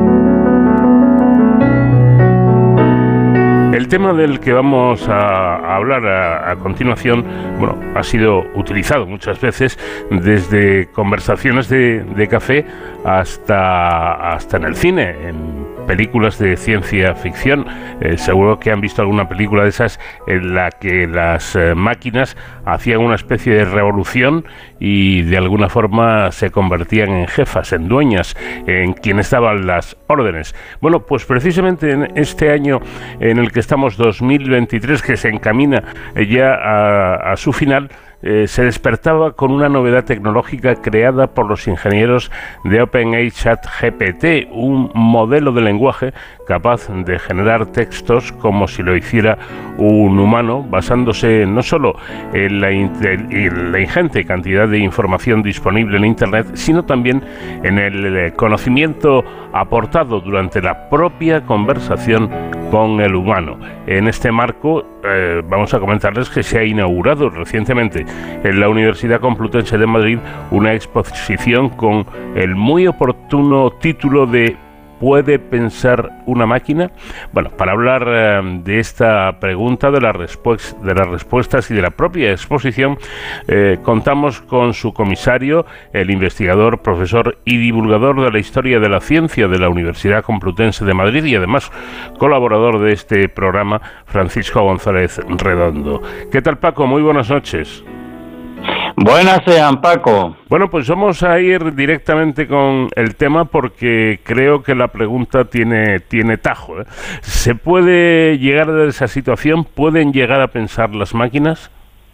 El tema del que vamos a a hablar a continuación, bueno, ha sido utilizado muchas veces desde conversaciones de café hasta en el cine, en películas de ciencia ficción. Seguro que han visto alguna película de esas en la que las máquinas hacían una especie de revolución y de alguna forma se convertían en jefas, en dueñas, en quienes daban las órdenes. Bueno, pues precisamente en este año en el que estamos, 2023, que se encamina ya a su final, se despertaba con una novedad tecnológica creada por los ingenieros de OpenAI ChatGPT, un modelo de lenguaje capaz de generar textos como si lo hiciera un humano, basándose no solo en la ingente cantidad de información disponible en Internet, sino también en el conocimiento aportado durante la propia conversación con el humano. En este marco, vamos a comentarles que se ha inaugurado recientemente en la Universidad Complutense de Madrid una exposición con el muy oportuno título de ¿Puede pensar una máquina? Bueno, para hablar de esta pregunta, de las respuestas y de la propia exposición, contamos con su comisario, el investigador, profesor y divulgador de la historia de la ciencia de la Universidad Complutense de Madrid y además colaborador de este programa, Francisco González Redondo. ¿Qué tal, Paco? Muy buenas noches. Buenas sean, Paco. Bueno, pues vamos a ir directamente con el tema porque creo que la pregunta tiene tajo, ¿eh? ¿Se puede llegar a esa situación? ¿Pueden llegar a pensar las máquinas?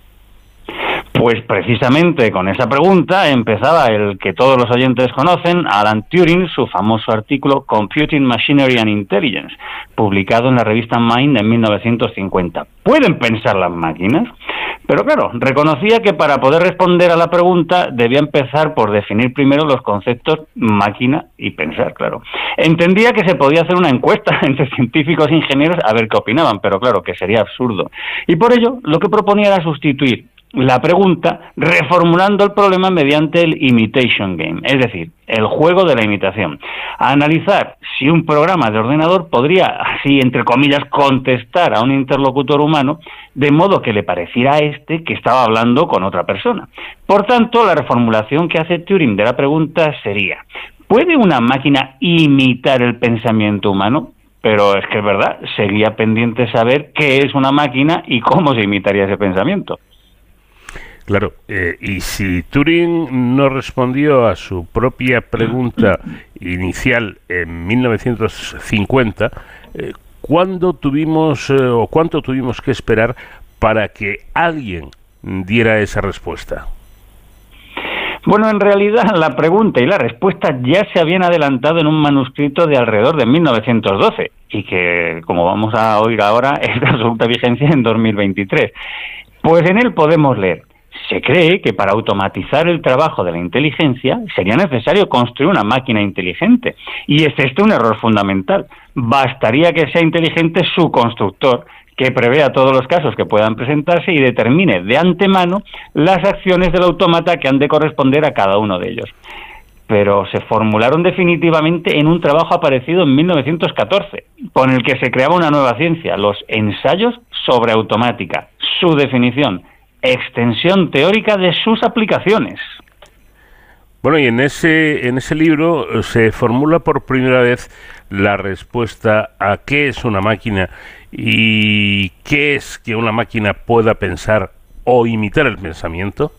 Pues precisamente con esa pregunta empezaba el que todos los oyentes conocen, Alan Turing, su famoso artículo Computing, Machinery and Intelligence, publicado en la revista Mind en 1950. ¿Pueden pensar las máquinas? Pero claro, reconocía que para poder responder a la pregunta debía empezar por definir primero los conceptos máquina y pensar, claro. Entendía que se podía hacer una encuesta entre científicos e ingenieros a ver qué opinaban, pero claro, que sería absurdo. Y por ello, lo que proponía era sustituir la pregunta reformulando el problema mediante el imitation game, es decir, el juego de la imitación. A analizar si un programa de ordenador podría, así entre comillas, contestar a un interlocutor humano de modo que le pareciera a este que estaba hablando con otra persona. Por tanto, la reformulación que hace Turing de la pregunta sería: ¿puede una máquina imitar el pensamiento humano? Pero es que es verdad, seguía pendiente saber qué es una máquina y cómo se imitaría ese pensamiento. Claro, y si Turing no respondió a su propia pregunta inicial en 1950, ¿cuánto tuvimos que esperar para que alguien diera esa respuesta? Bueno, en realidad la pregunta y la respuesta ya se habían adelantado en un manuscrito de alrededor de 1912 y que, como vamos a oír ahora, es de absoluta vigencia en 2023. Pues en él podemos leer: se cree que para automatizar el trabajo de la inteligencia sería necesario construir una máquina inteligente. Y es este un error fundamental. Bastaría que sea inteligente su constructor, que prevea todos los casos que puedan presentarse y determine de antemano las acciones del autómata que han de corresponder a cada uno de ellos. Pero se formularon definitivamente en un trabajo aparecido en 1914, con el que se creaba una nueva ciencia, los ensayos sobre automática, su definición, extensión teórica de sus aplicaciones. Bueno, y en ese libro se formula por primera vez la respuesta a qué es una máquina y qué es que una máquina pueda pensar o imitar el pensamiento.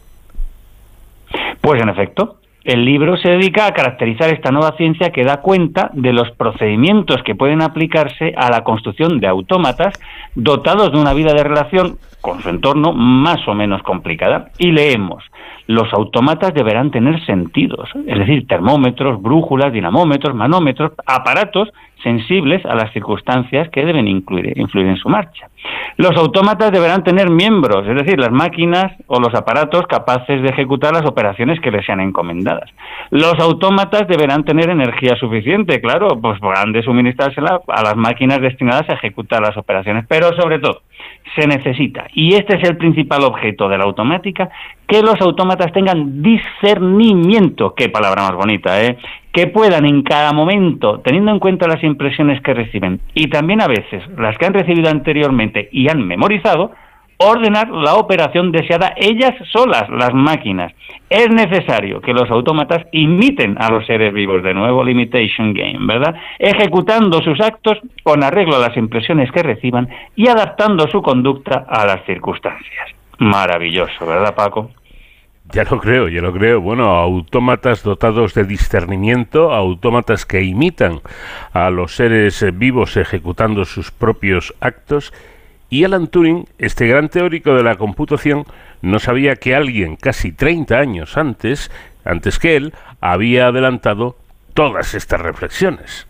Pues en efecto, el libro se dedica a caracterizar esta nueva ciencia que da cuenta de los procedimientos que pueden aplicarse a la construcción de autómatas dotados de una vida de relación con su entorno más o menos complicada. Y leemos: los autómatas deberán tener sentidos, es decir, termómetros, brújulas, dinamómetros, manómetros, aparatos sensibles a las circunstancias que deben influir en su marcha. Los autómatas deberán tener miembros, es decir, las máquinas o los aparatos capaces de ejecutar las operaciones que les sean encomendadas. Los autómatas deberán tener energía suficiente, claro, pues podrán de suministrársela a las máquinas destinadas a ejecutar las operaciones, pero sobre todo se necesita, y este es el principal objeto de la automática, que los autómatas tengan discernimiento, qué palabra más bonita, que puedan en cada momento, teniendo en cuenta las impresiones que reciben y también a veces las que han recibido anteriormente y han memorizado, ordenar la operación deseada ellas solas, las máquinas. Es necesario que los autómatas imiten a los seres vivos, de nuevo el imitation game, ¿verdad? Ejecutando sus actos con arreglo a las impresiones que reciban y adaptando su conducta a las circunstancias. Maravilloso, ¿verdad, Paco? Ya lo creo. Bueno, autómatas dotados de discernimiento, autómatas que imitan a los seres vivos ejecutando sus propios actos. Y Alan Turing, este gran teórico de la computación, no sabía que alguien casi 30 años antes que él, había adelantado todas estas reflexiones.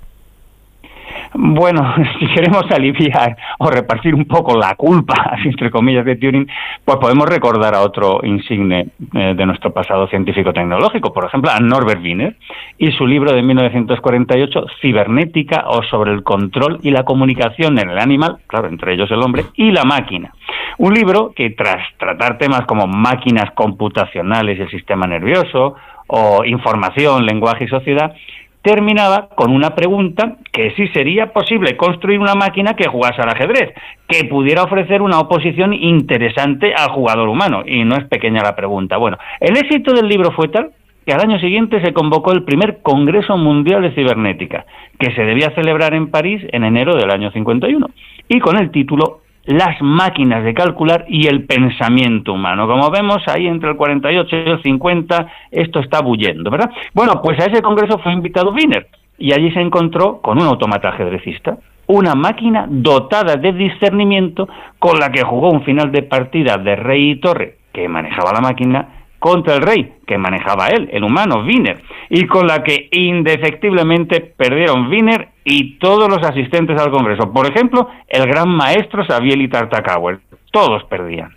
Bueno, si queremos aliviar o repartir un poco la culpa, entre comillas, de Turing, pues podemos recordar a otro insigne de nuestro pasado científico-tecnológico, por ejemplo, a Norbert Wiener y su libro de 1948, Cibernética, o sobre el control y la comunicación en el animal, claro, entre ellos el hombre, y la máquina. Un libro que, tras tratar temas como máquinas computacionales y el sistema nervioso, o información, lenguaje y sociedad, terminaba con una pregunta: que si sería posible construir una máquina que jugase al ajedrez, que pudiera ofrecer una oposición interesante al jugador humano. Y no es pequeña la pregunta. Bueno, el éxito del libro fue tal que al año siguiente se convocó el primer Congreso Mundial de Cibernética, que se debía celebrar en París en enero del año 51, y con el título Las máquinas de calcular y el pensamiento humano. Como vemos, ahí entre el 48 y el 50 esto está bullendo, ¿verdad? Bueno, pues a ese congreso fue invitado Wiener, y allí se encontró con un autómata ajedrecista, una máquina dotada de discernimiento con la que jugó un final de partida de rey y torre, que manejaba la máquina, contra el rey, que manejaba él, el humano, Wiener, y con la que indefectiblemente perdieron Wiener y todos los asistentes al Congreso. Por ejemplo, el gran maestro Savielly Tartakáwer. Todos perdían.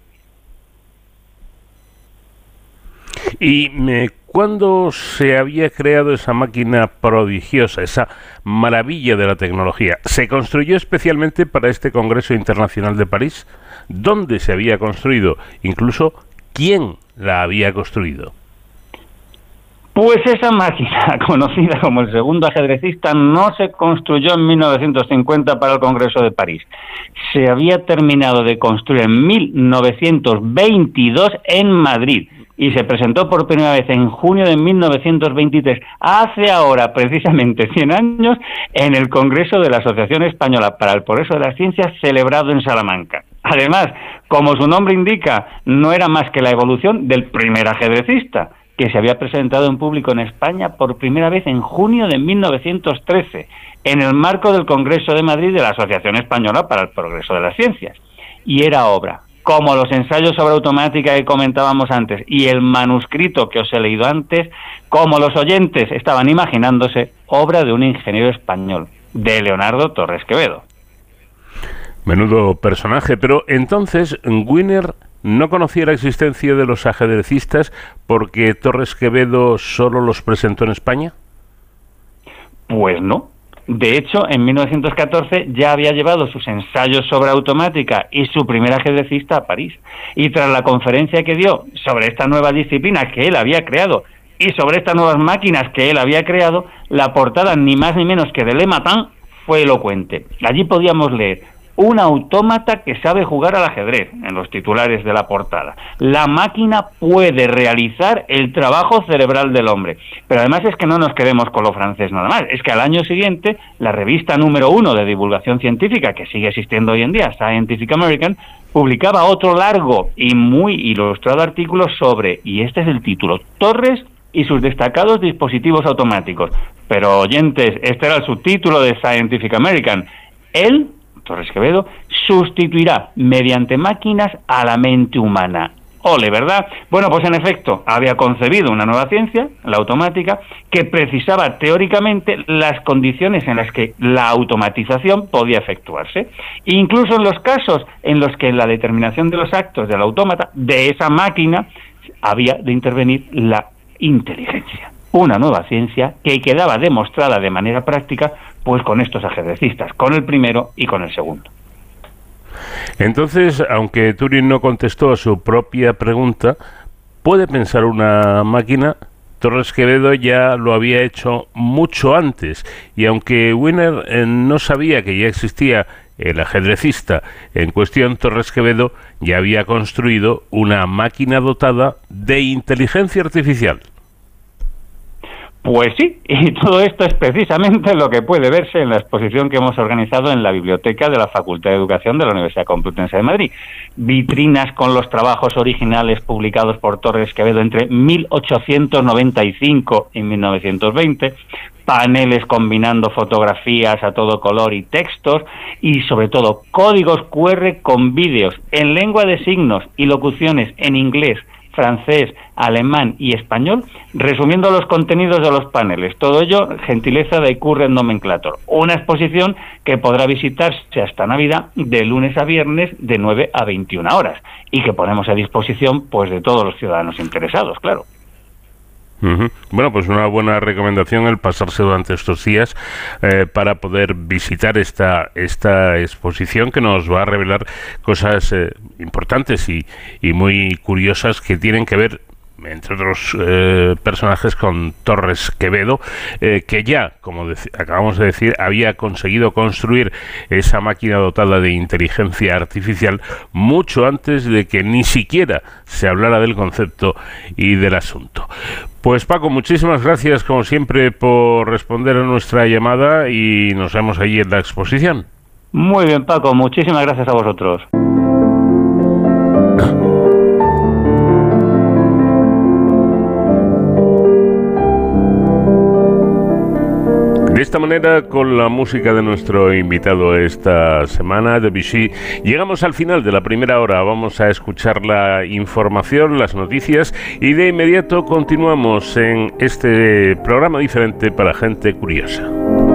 ¿Y cuándo se había creado esa máquina prodigiosa, esa maravilla de la tecnología? ¿Se construyó especialmente para este Congreso Internacional de París? ¿Dónde se había construido? Incluso, ¿quién la había construido? Pues esa máquina, conocida como el segundo ajedrecista, no se construyó en 1950 para el Congreso de París. Se había terminado de construir en 1922 en Madrid y se presentó por primera vez en junio de 1923, hace ahora precisamente 100 años, en el Congreso de la Asociación Española para el Progreso de las Ciencias, celebrado en Salamanca. Además, como su nombre indica, no era más que la evolución del primer ajedrecista, que se había presentado en público en España por primera vez en junio de 1913, en el marco del Congreso de Madrid de la Asociación Española para el Progreso de las Ciencias. Y era obra, como los ensayos sobre automática que comentábamos antes, y el manuscrito que os he leído antes, como los oyentes estaban imaginándose, obra de un ingeniero español, de Leonardo Torres Quevedo. Menudo personaje, pero entonces Wiener no conocía la existencia de los ajedrecistas porque Torres Quevedo solo los presentó en España. Pues no. De hecho, en 1914 ya había llevado sus ensayos sobre automática y su primer ajedrecista a París. Y tras la conferencia que dio sobre esta nueva disciplina que él había creado y sobre estas nuevas máquinas que él había creado, la portada ni más ni menos que de Le Matin fue elocuente. Allí podíamos leer: un autómata que sabe jugar al ajedrez, en los titulares de la portada. La máquina puede realizar el trabajo cerebral del hombre. Pero además es que no nos quedemos con lo francés nada más. Es que al año siguiente, la revista número 1 de divulgación científica, que sigue existiendo hoy en día, Scientific American, publicaba otro largo y muy ilustrado artículo sobre, y este es el título, Torres y sus destacados dispositivos automáticos. Pero oyentes, este era el subtítulo de Scientific American. Él, Torres Quevedo, sustituirá mediante máquinas a la mente humana. Ole, ¿verdad? Bueno, pues en efecto, había concebido una nueva ciencia, la automática, que precisaba teóricamente las condiciones en las que la automatización podía efectuarse. Incluso en los casos en los que en la determinación de los actos del autómata, de esa máquina, había de intervenir la inteligencia. Una nueva ciencia que quedaba demostrada de manera práctica pues con estos ajedrecistas, con el primero y con el segundo. Entonces, aunque Turing no contestó a su propia pregunta, ¿puede pensar una máquina? Torres Quevedo ya lo había hecho mucho antes, y aunque Wiener no sabía que ya existía el ajedrecista en cuestión, Torres Quevedo, ya había construido una máquina dotada de inteligencia artificial. Pues sí, y todo esto es precisamente lo que puede verse en la exposición que hemos organizado en la biblioteca de la Facultad de Educación de la Universidad Complutense de Madrid. Vitrinas con los trabajos originales publicados por Torres Quevedo entre 1895 y 1920, paneles combinando fotografías a todo color y textos, y sobre todo códigos QR con vídeos en lengua de signos y locuciones en inglés, francés, alemán y español, resumiendo los contenidos de los paneles. Todo ello, gentileza de Current Nomenclator. Una exposición que podrá visitarse hasta Navidad de lunes a viernes de 9 a 21 horas y que ponemos a disposición pues de todos los ciudadanos interesados, claro. Bueno, pues una buena recomendación el pasarse durante estos días para poder visitar esta exposición, que nos va a revelar cosas importantes y muy curiosas que tienen que ver, entre otros personajes, con Torres Quevedo, que ya, como acabamos de decir, había conseguido construir esa máquina dotada de inteligencia artificial mucho antes de que ni siquiera se hablara del concepto y del asunto. Pues Paco, muchísimas gracias como siempre por responder a nuestra llamada y nos vemos allí en la exposición. Muy bien, Paco, muchísimas gracias a vosotros. De esta manera, con la música de nuestro invitado esta semana, Debussy, llegamos al final de la primera hora. Vamos a escuchar la información, las noticias, y de inmediato continuamos en este programa diferente para gente curiosa.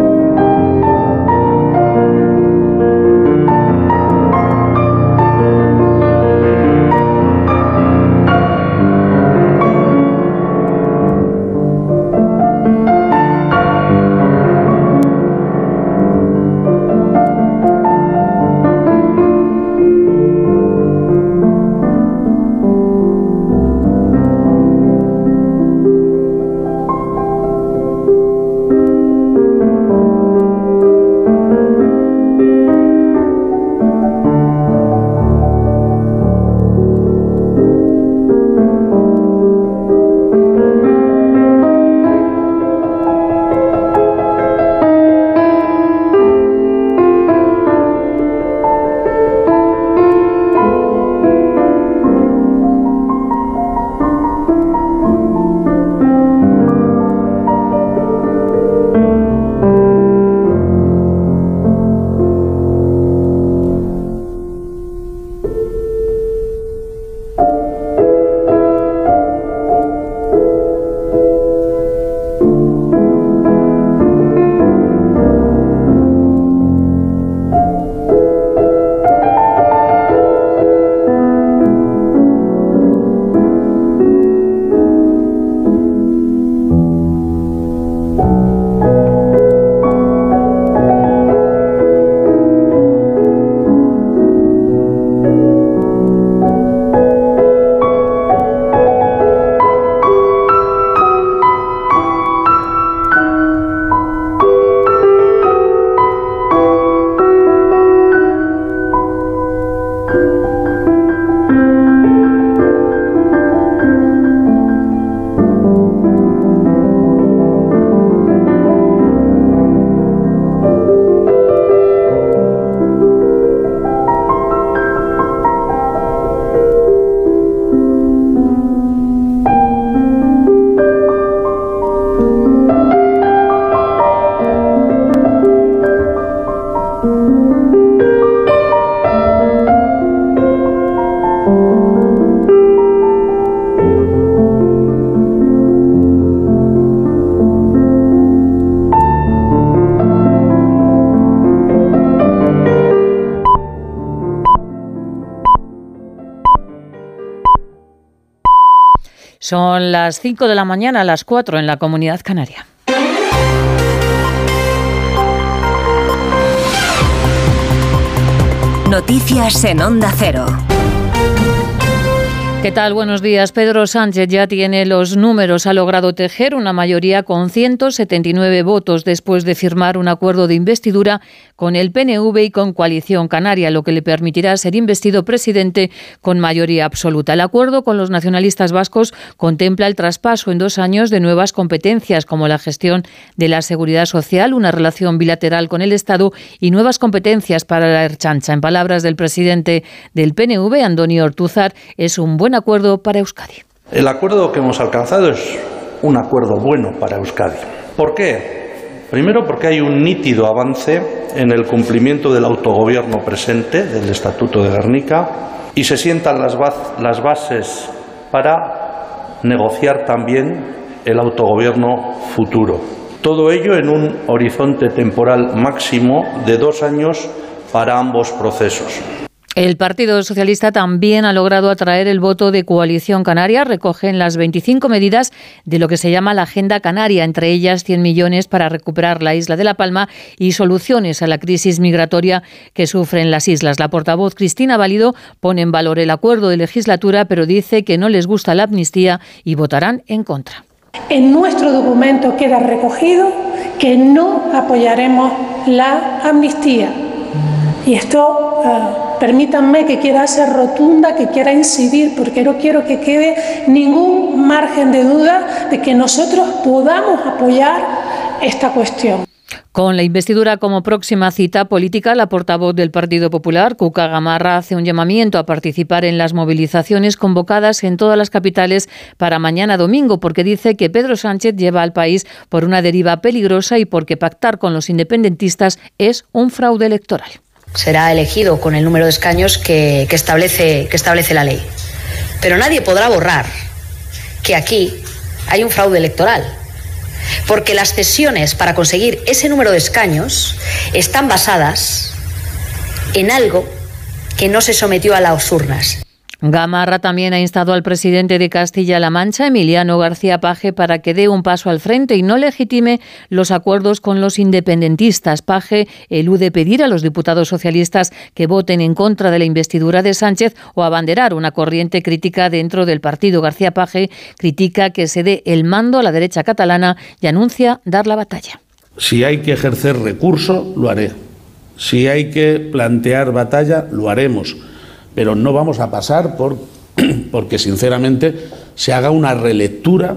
Son las 5 de la mañana, las 4 en la Comunidad Canaria. Noticias en Onda Cero. ¿Qué tal? Buenos días. Pedro Sánchez ya tiene los números. Ha logrado tejer una mayoría con 179 votos después de firmar un acuerdo de investidura con el PNV y con Coalición Canaria, lo que le permitirá ser investido presidente con mayoría absoluta. El acuerdo con los nacionalistas vascos contempla el traspaso en 2 años de nuevas competencias como la gestión de la seguridad social, una relación bilateral con el Estado y nuevas competencias para la Ertzaintza. En palabras del presidente del PNV, Andoni Ortuzar, es un buen acuerdo para Euskadi. El acuerdo que hemos alcanzado es un acuerdo bueno para Euskadi. ¿Por qué? Primero, porque hay un nítido avance en el cumplimiento del autogobierno presente, del Estatuto de Gernika, y se sientan las bases para negociar también el autogobierno futuro. Todo ello en un horizonte temporal máximo de 2 años para ambos procesos. El Partido Socialista también ha logrado atraer el voto de Coalición Canaria. Recogen las 25 medidas de lo que se llama la Agenda Canaria, entre ellas 100 millones para recuperar la isla de La Palma y soluciones a la crisis migratoria que sufren las islas. La portavoz Cristina Valido pone en valor el acuerdo de legislatura, pero dice que no les gusta la amnistía y votarán en contra. En nuestro documento queda recogido que no apoyaremos la amnistía. Y esto, permítanme que quiera ser rotunda, que quiera incidir, porque no quiero que quede ningún margen de duda de que nosotros podamos apoyar esta cuestión. Con la investidura como próxima cita política, la portavoz del Partido Popular, Cuca Gamarra, hace un llamamiento a participar en las movilizaciones convocadas en todas las capitales para mañana domingo, porque dice que Pedro Sánchez lleva al país por una deriva peligrosa y porque pactar con los independentistas es un fraude electoral. Será elegido con el número de escaños que establece la ley. Pero nadie podrá borrar que aquí hay un fraude electoral, porque las cesiones para conseguir ese número de escaños están basadas en algo que no se sometió a las urnas. Gamarra también ha instado al presidente de Castilla-La Mancha, Emiliano García Paje, para que dé un paso al frente y no legitime los acuerdos con los independentistas. Paje elude pedir a los diputados socialistas que voten en contra de la investidura de Sánchez o abanderar una corriente crítica dentro del partido. García Paje critica que se dé el mando a la derecha catalana y anuncia dar la batalla. Si hay que ejercer recurso, lo haré. Si hay que plantear batalla, lo haremos. Pero no vamos a pasar porque, sinceramente, se haga una relectura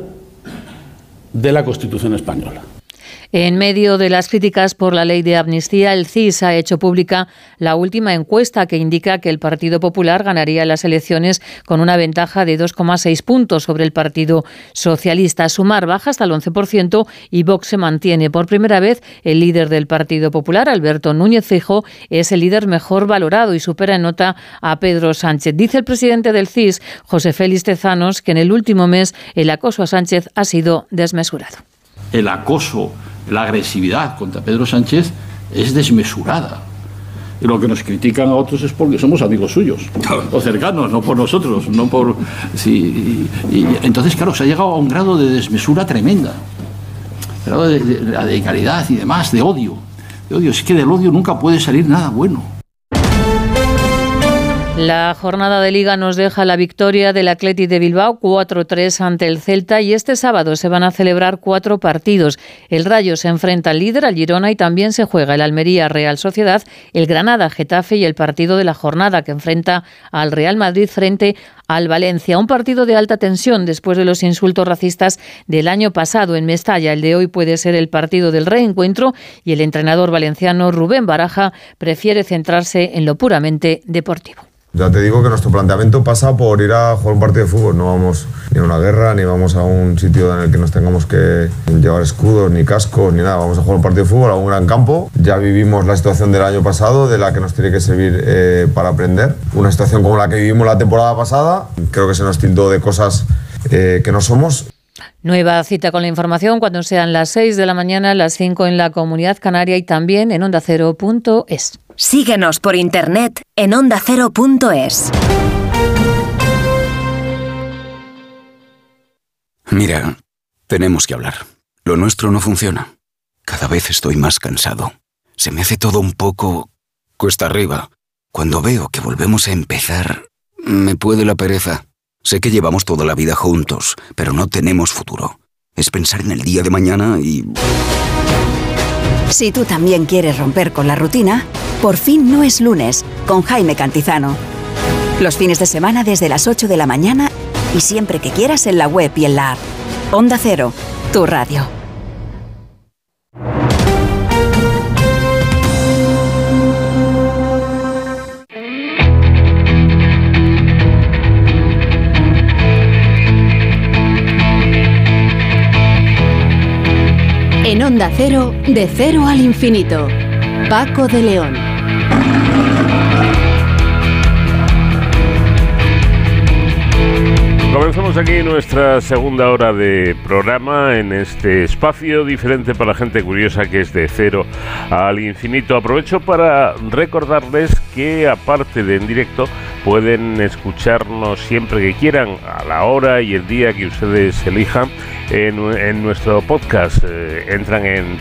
de la Constitución española. En medio de las críticas por la ley de amnistía, el CIS ha hecho pública la última encuesta que indica que el Partido Popular ganaría las elecciones con una ventaja de 2,6 puntos sobre el Partido Socialista. Sumar baja hasta el 11% y Vox se mantiene. Por primera vez, el líder del Partido Popular, Alberto Núñez Feijóo, es el líder mejor valorado y supera en nota a Pedro Sánchez. Dice el presidente del CIS, José Félix Tezanos, que en el último mes el acoso a Sánchez ha sido desmesurado. El acoso, la agresividad contra Pedro Sánchez es desmesurada. Y lo que nos critican a otros es porque somos amigos suyos, o cercanos, no por nosotros, no por... Sí, y entonces, claro, se ha llegado a un grado de desmesura tremenda, grado de radicalidad y demás, de odio. Es que del odio nunca puede salir nada bueno. La jornada de Liga nos deja la victoria del Athletic de Bilbao 4-3 ante el Celta y este sábado se van a celebrar 4 partidos. El Rayo se enfrenta al líder, al Girona, y también se juega el Almería Real Sociedad, el Granada Getafe y el partido de la jornada que enfrenta al Real Madrid frente al Valencia. Un partido de alta tensión después de los insultos racistas del año pasado en Mestalla. El de hoy puede ser el partido del reencuentro y el entrenador valenciano Rubén Baraja prefiere centrarse en lo puramente deportivo. Ya te digo que nuestro planteamiento pasa por ir a jugar un partido de fútbol. No vamos ni a una guerra, ni vamos a un sitio en el que nos tengamos que llevar escudos, ni cascos, ni nada. Vamos a jugar un partido de fútbol a un gran campo. Ya vivimos la situación del año pasado, de la que nos tiene que servir para aprender. Una situación como la que vivimos la temporada pasada. Creo que se nos tildó de cosas que no somos. Nueva cita con la información cuando sean las 6 de la mañana, las 5 en la Comunidad Canaria y también en ondacero.es. Síguenos por internet en ondacero.es. Mira, tenemos que hablar. Lo nuestro no funciona. Cada vez estoy más cansado. Se me hace todo un poco cuesta arriba. Cuando veo que volvemos a empezar, me puede la pereza. Sé que llevamos toda la vida juntos, pero no tenemos futuro. Es pensar en el día de mañana y... Si tú también quieres romper con la rutina, Por fin no es lunes, con Jaime Cantizano. Los fines de semana desde las 8 de la mañana y siempre que quieras en la web y en la app. Onda Cero, tu radio. En Onda Cero, de cero al infinito. Paco de León. Comenzamos aquí nuestra segunda hora de programa en este espacio diferente para la gente curiosa que es de cero al infinito. Aprovecho para recordarles que aparte de en directo pueden escucharnos siempre que quieran, a la hora y el día que ustedes elijan, en nuestro podcast. Entran en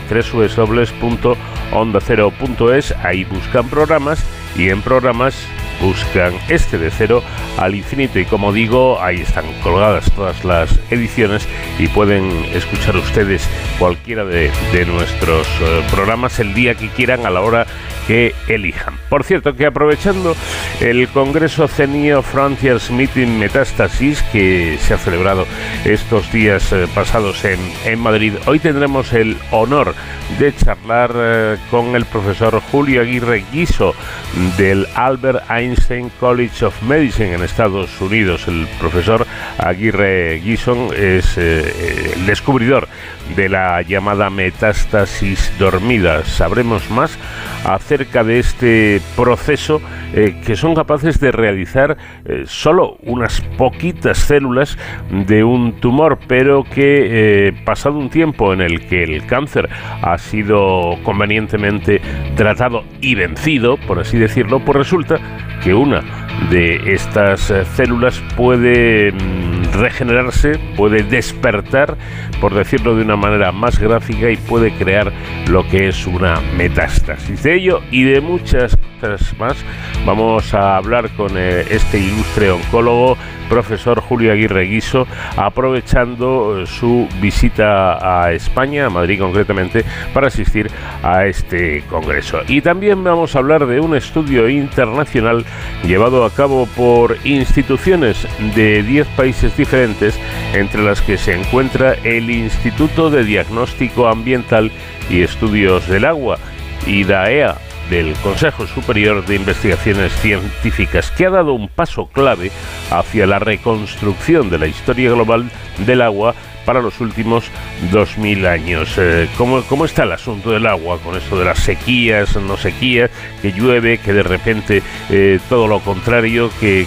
www.ondacero.es, ahí buscan programas y en programas buscan este de cero al infinito y como digo, ahí están colgadas todas las ediciones y pueden escuchar ustedes cualquiera de nuestros programas el día que quieran, a la hora que elijan. Por cierto, que aprovechando el Congreso CENIO Frontiers Meeting Metastasis que se ha celebrado estos días pasados en Madrid, hoy tendremos el honor de charlar con el profesor Julio Aguirre Guiso del Albert Einstein College of Medicine en Estados Unidos. El profesor Aguirre Guiso es el descubridor de la llamada metástasis dormida. Sabremos más acerca de este proceso que son capaces de realizar solo unas poquitas células de un tumor, pero que pasado un tiempo en el que el cáncer ha sido convenientemente tratado y vencido, por así decirlo, pues resulta que una de estas células puede regenerarse, puede despertar, por decirlo de una manera más gráfica, y puede crear lo que es una metástasis. De ello y de muchas cosas más vamos a hablar con este ilustre oncólogo, profesor Julio Aguirre Guiso, aprovechando su visita a España, a Madrid concretamente, para asistir a este congreso. Y también vamos a hablar de un estudio internacional llevado a cabo por instituciones de 10 países diferentes, entre las que se encuentra el Instituto de Diagnóstico Ambiental y Estudios del Agua, IDAEA, del Consejo Superior de Investigaciones Científicas, que ha dado un paso clave hacia la reconstrucción de la historia global del agua para los últimos 2000 años. ¿Cómo está el asunto del agua con esto de las sequías, no sequías, que llueve, que de repente todo lo contrario, que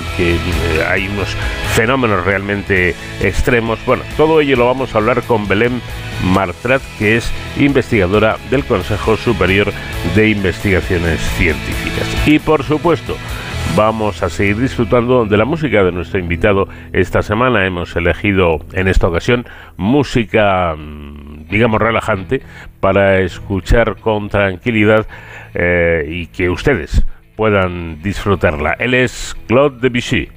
hay unos fenómenos realmente extremos? Bueno, todo ello lo vamos a hablar con Belén Martrat, que es investigadora del Consejo Superior de Investigaciones Científicas. Y por supuesto, vamos a seguir disfrutando de la música de nuestro invitado esta semana. Hemos elegido en esta ocasión música, digamos, relajante para escuchar con tranquilidad y que ustedes puedan disfrutarla. Él es Claude Debussy.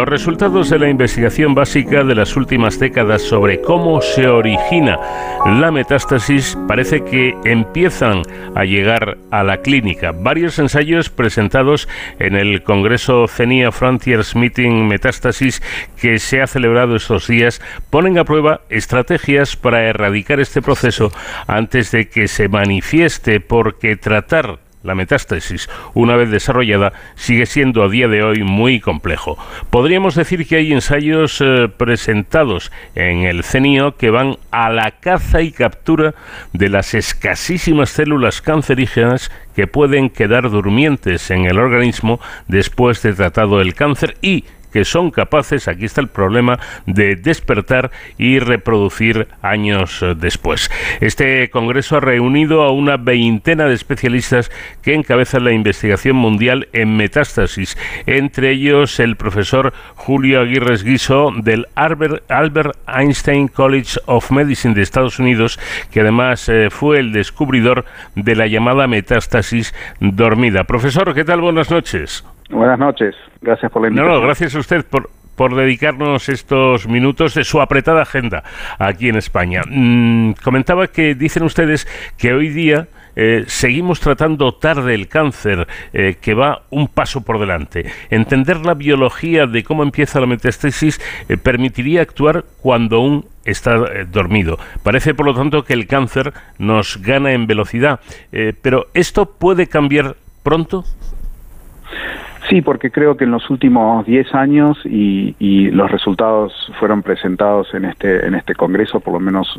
Los resultados de la investigación básica de las últimas décadas sobre cómo se origina la metástasis parece que empiezan a llegar a la clínica. Varios ensayos presentados en el Congreso CENIA Frontiers Meeting Metástasis que se ha celebrado estos días ponen a prueba estrategias para erradicar este proceso antes de que se manifieste, porque tratar la metástasis, una vez desarrollada, sigue siendo a día de hoy muy complejo. Podríamos decir que hay ensayos presentados en el CENIO que van a la caza y captura de las escasísimas células cancerígenas que pueden quedar durmientes en el organismo después de tratado el cáncer y que son capaces, aquí está el problema, de despertar y reproducir años después. Este congreso ha reunido a una veintena de especialistas que encabezan la investigación mundial en metástasis, entre ellos el profesor Julio Aguirre Guiso del Albert Einstein College of Medicine de Estados Unidos, que además fue el descubridor de la llamada metástasis dormida. Profesor, ¿qué tal? Buenas noches. Buenas noches, gracias por la invitación. No, gracias a usted por dedicarnos estos minutos de su apretada agenda aquí en España. Comentaba que dicen ustedes que hoy día seguimos tratando tarde el cáncer, que va un paso por delante. Entender la biología de cómo empieza la metástasis permitiría actuar cuando aún está dormido. Parece, por lo tanto, que el cáncer nos gana en velocidad. Pero ¿esto puede cambiar pronto? Sí, porque creo que en los últimos 10 años y los resultados fueron presentados en este congreso, por lo menos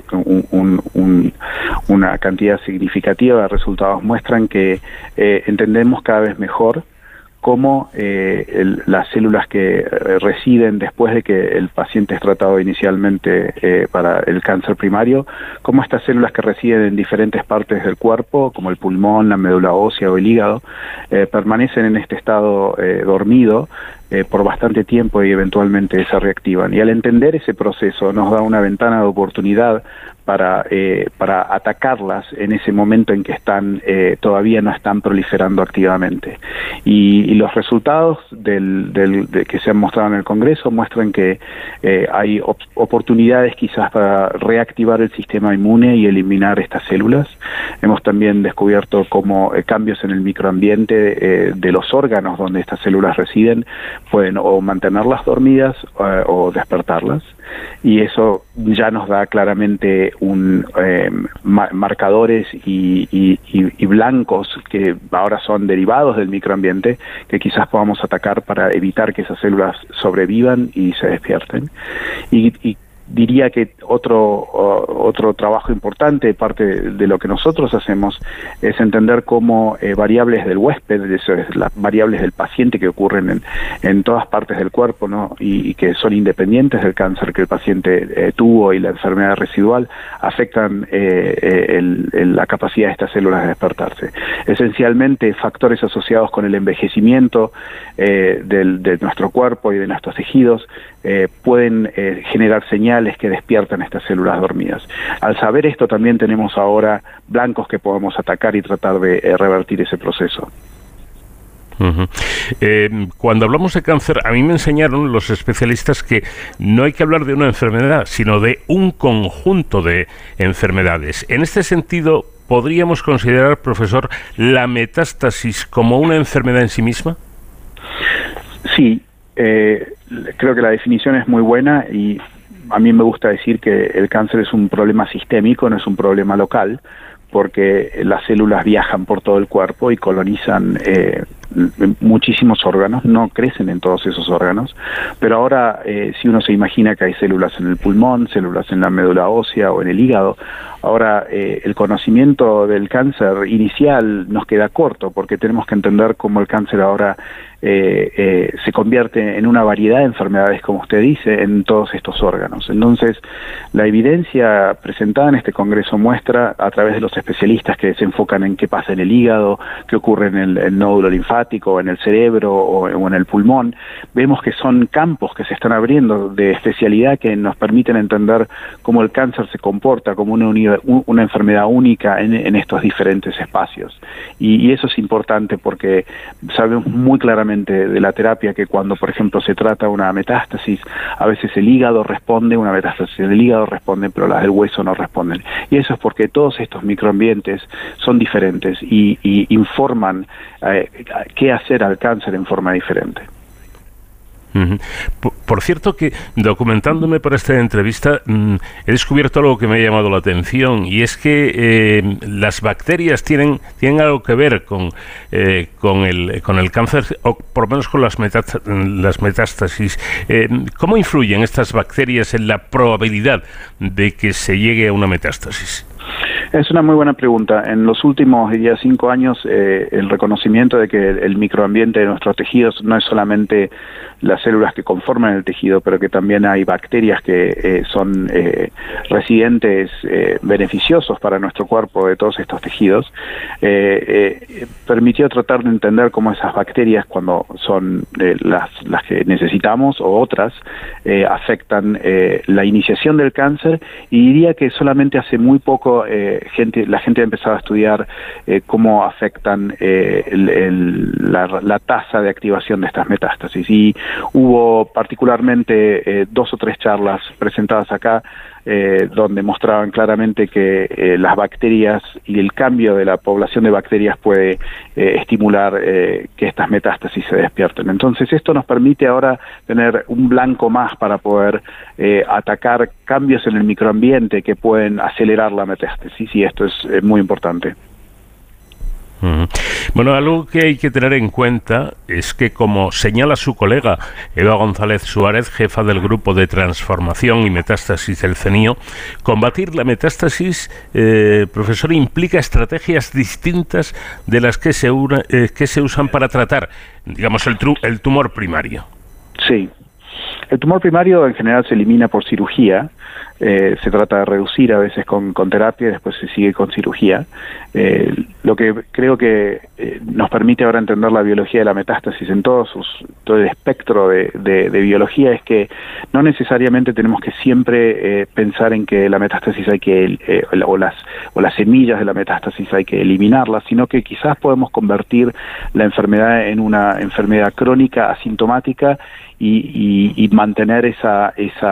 una cantidad significativa de resultados muestran que entendemos cada vez mejor cómo las células que residen después de que el paciente es tratado inicialmente para el cáncer primario, cómo estas células que residen en diferentes partes del cuerpo, como el pulmón, la médula ósea o el hígado, permanecen en este estado dormido por bastante tiempo y eventualmente se reactivan. Y al entender ese proceso nos da una ventana de oportunidad para atacarlas en ese momento en que todavía no están proliferando activamente. Y los resultados que se han mostrado en el Congreso muestran que hay oportunidades quizás para reactivar el sistema inmune y eliminar estas células. Hemos también descubierto cómo cambios en el microambiente de los órganos donde estas células residen pueden o mantenerlas dormidas o despertarlas. Y eso ya nos da claramente marcadores y blancos que ahora son derivados del microambiente que quizás podamos atacar para evitar que esas células sobrevivan y se despierten. Y diría que otro trabajo importante, parte de lo que nosotros hacemos, es entender cómo variables del huésped, las variables del paciente que ocurren en todas partes del cuerpo, ¿no? y que son independientes del cáncer que el paciente tuvo y la enfermedad residual, afectan la capacidad de estas células de despertarse. Esencialmente, factores asociados con el envejecimiento de nuestro cuerpo y de nuestros tejidos pueden generar señales que despiertan estas células dormidas. Al saber esto, también tenemos ahora blancos que podemos atacar y tratar de revertir ese proceso. Uh-huh. Cuando hablamos de cáncer, a mí me enseñaron los especialistas que no hay que hablar de una enfermedad, sino de un conjunto de enfermedades. En este sentido, ¿podríamos considerar, profesor, la metástasis como una enfermedad en sí misma? Sí, creo que la definición es muy buena y a mí me gusta decir que el cáncer es un problema sistémico, no es un problema local, porque las células viajan por todo el cuerpo y colonizan muchísimos órganos, no crecen en todos esos órganos, pero ahora si uno se imagina que hay células en el pulmón, células en la médula ósea o en el hígado, ahora el conocimiento del cáncer inicial nos queda corto, porque tenemos que entender cómo el cáncer ahora se convierte en una variedad de enfermedades, como usted dice, en todos estos órganos. Entonces, la evidencia presentada en este congreso muestra, a través de los especialistas que se enfocan en qué pasa en el hígado, qué ocurre en el nódulo linfático, en el cerebro o en el pulmón, vemos que son campos que se están abriendo de especialidad que nos permiten entender cómo el cáncer se comporta como una enfermedad única en estos diferentes espacios. Y eso es importante porque sabemos muy claramente solamente de la terapia, que cuando, por ejemplo, se trata una metástasis, a veces el hígado responde, una metástasis del hígado responde, pero las del hueso no responden. Y eso es porque todos estos microambientes son diferentes y informan qué hacer al cáncer en forma diferente. Por cierto que, documentándome para esta entrevista, he descubierto algo que me ha llamado la atención, y es que las bacterias tienen algo que ver con el cáncer, o por lo menos con las metástasis. ¿Cómo influyen estas bacterias en la probabilidad de que se llegue a una metástasis? Es una muy buena pregunta. En los últimos 5 años, el reconocimiento de que el microambiente de nuestros tejidos no es solamente las células que conforman el tejido, pero que también hay bacterias que son residentes beneficiosos para nuestro cuerpo de todos estos tejidos, permitió tratar de entender cómo esas bacterias, cuando son las que necesitamos o otras, afectan la iniciación del cáncer, y diría que solamente hace muy poco la gente ha empezado a estudiar cómo afectan la tasa de activación de estas metástasis, y hubo particularmente 2 o 3 charlas presentadas acá donde mostraban claramente que las bacterias y el cambio de la población de bacterias puede estimular que estas metástasis se despierten. Entonces esto nos permite ahora tener un blanco más para poder atacar cambios en el microambiente que pueden acelerar la metástasis, y esto es muy importante. Bueno, algo que hay que tener en cuenta es que, como señala su colega Eva González Suárez, jefa del Grupo de Transformación y Metástasis del CENIO, combatir la metástasis, profesor, implica estrategias distintas de las que se usan para tratar, digamos, el tumor primario. Sí. El tumor primario en general se elimina por cirugía. Se trata de reducir a veces con terapia, después se sigue con cirugía. Lo que creo que nos permite ahora entender la biología de la metástasis en todo el espectro de biología es que no necesariamente tenemos que siempre pensar en que la metástasis hay que o las semillas de la metástasis hay que eliminarlas, sino que quizás podemos convertir la enfermedad en una enfermedad crónica asintomática y mantener esa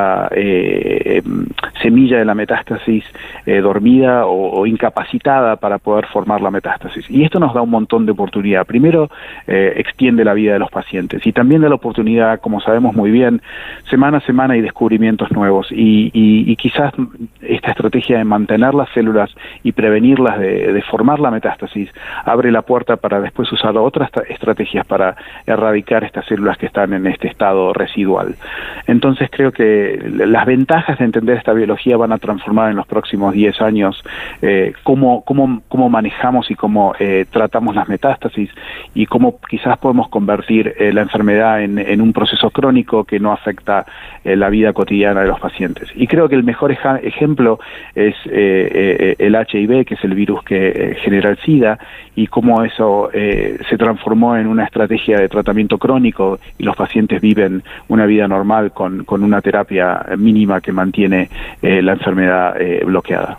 semilla de la metástasis dormida o incapacitada para poder formar la metástasis. Y esto nos da un montón de oportunidad. Primero, extiende la vida de los pacientes, y también da la oportunidad, como sabemos muy bien, semana a semana hay descubrimientos nuevos, y quizás esta estrategia de mantener las células y prevenirlas de formar la metástasis abre la puerta para después usar otras estrategias para erradicar estas células que están en este estado residual. Entonces creo que las ventajas de entender esta biología van a transformar en los próximos 10 años cómo manejamos y cómo tratamos las metástasis, y cómo quizás podemos convertir la enfermedad en un proceso crónico que no afecta la vida cotidiana de los pacientes. Y creo que el mejor ejemplo es el HIV, que es el virus que genera el SIDA, y cómo eso se transformó en una estrategia de tratamiento crónico, y los pacientes viven una vida normal con una terapia mínima que mantiene la enfermedad bloqueada.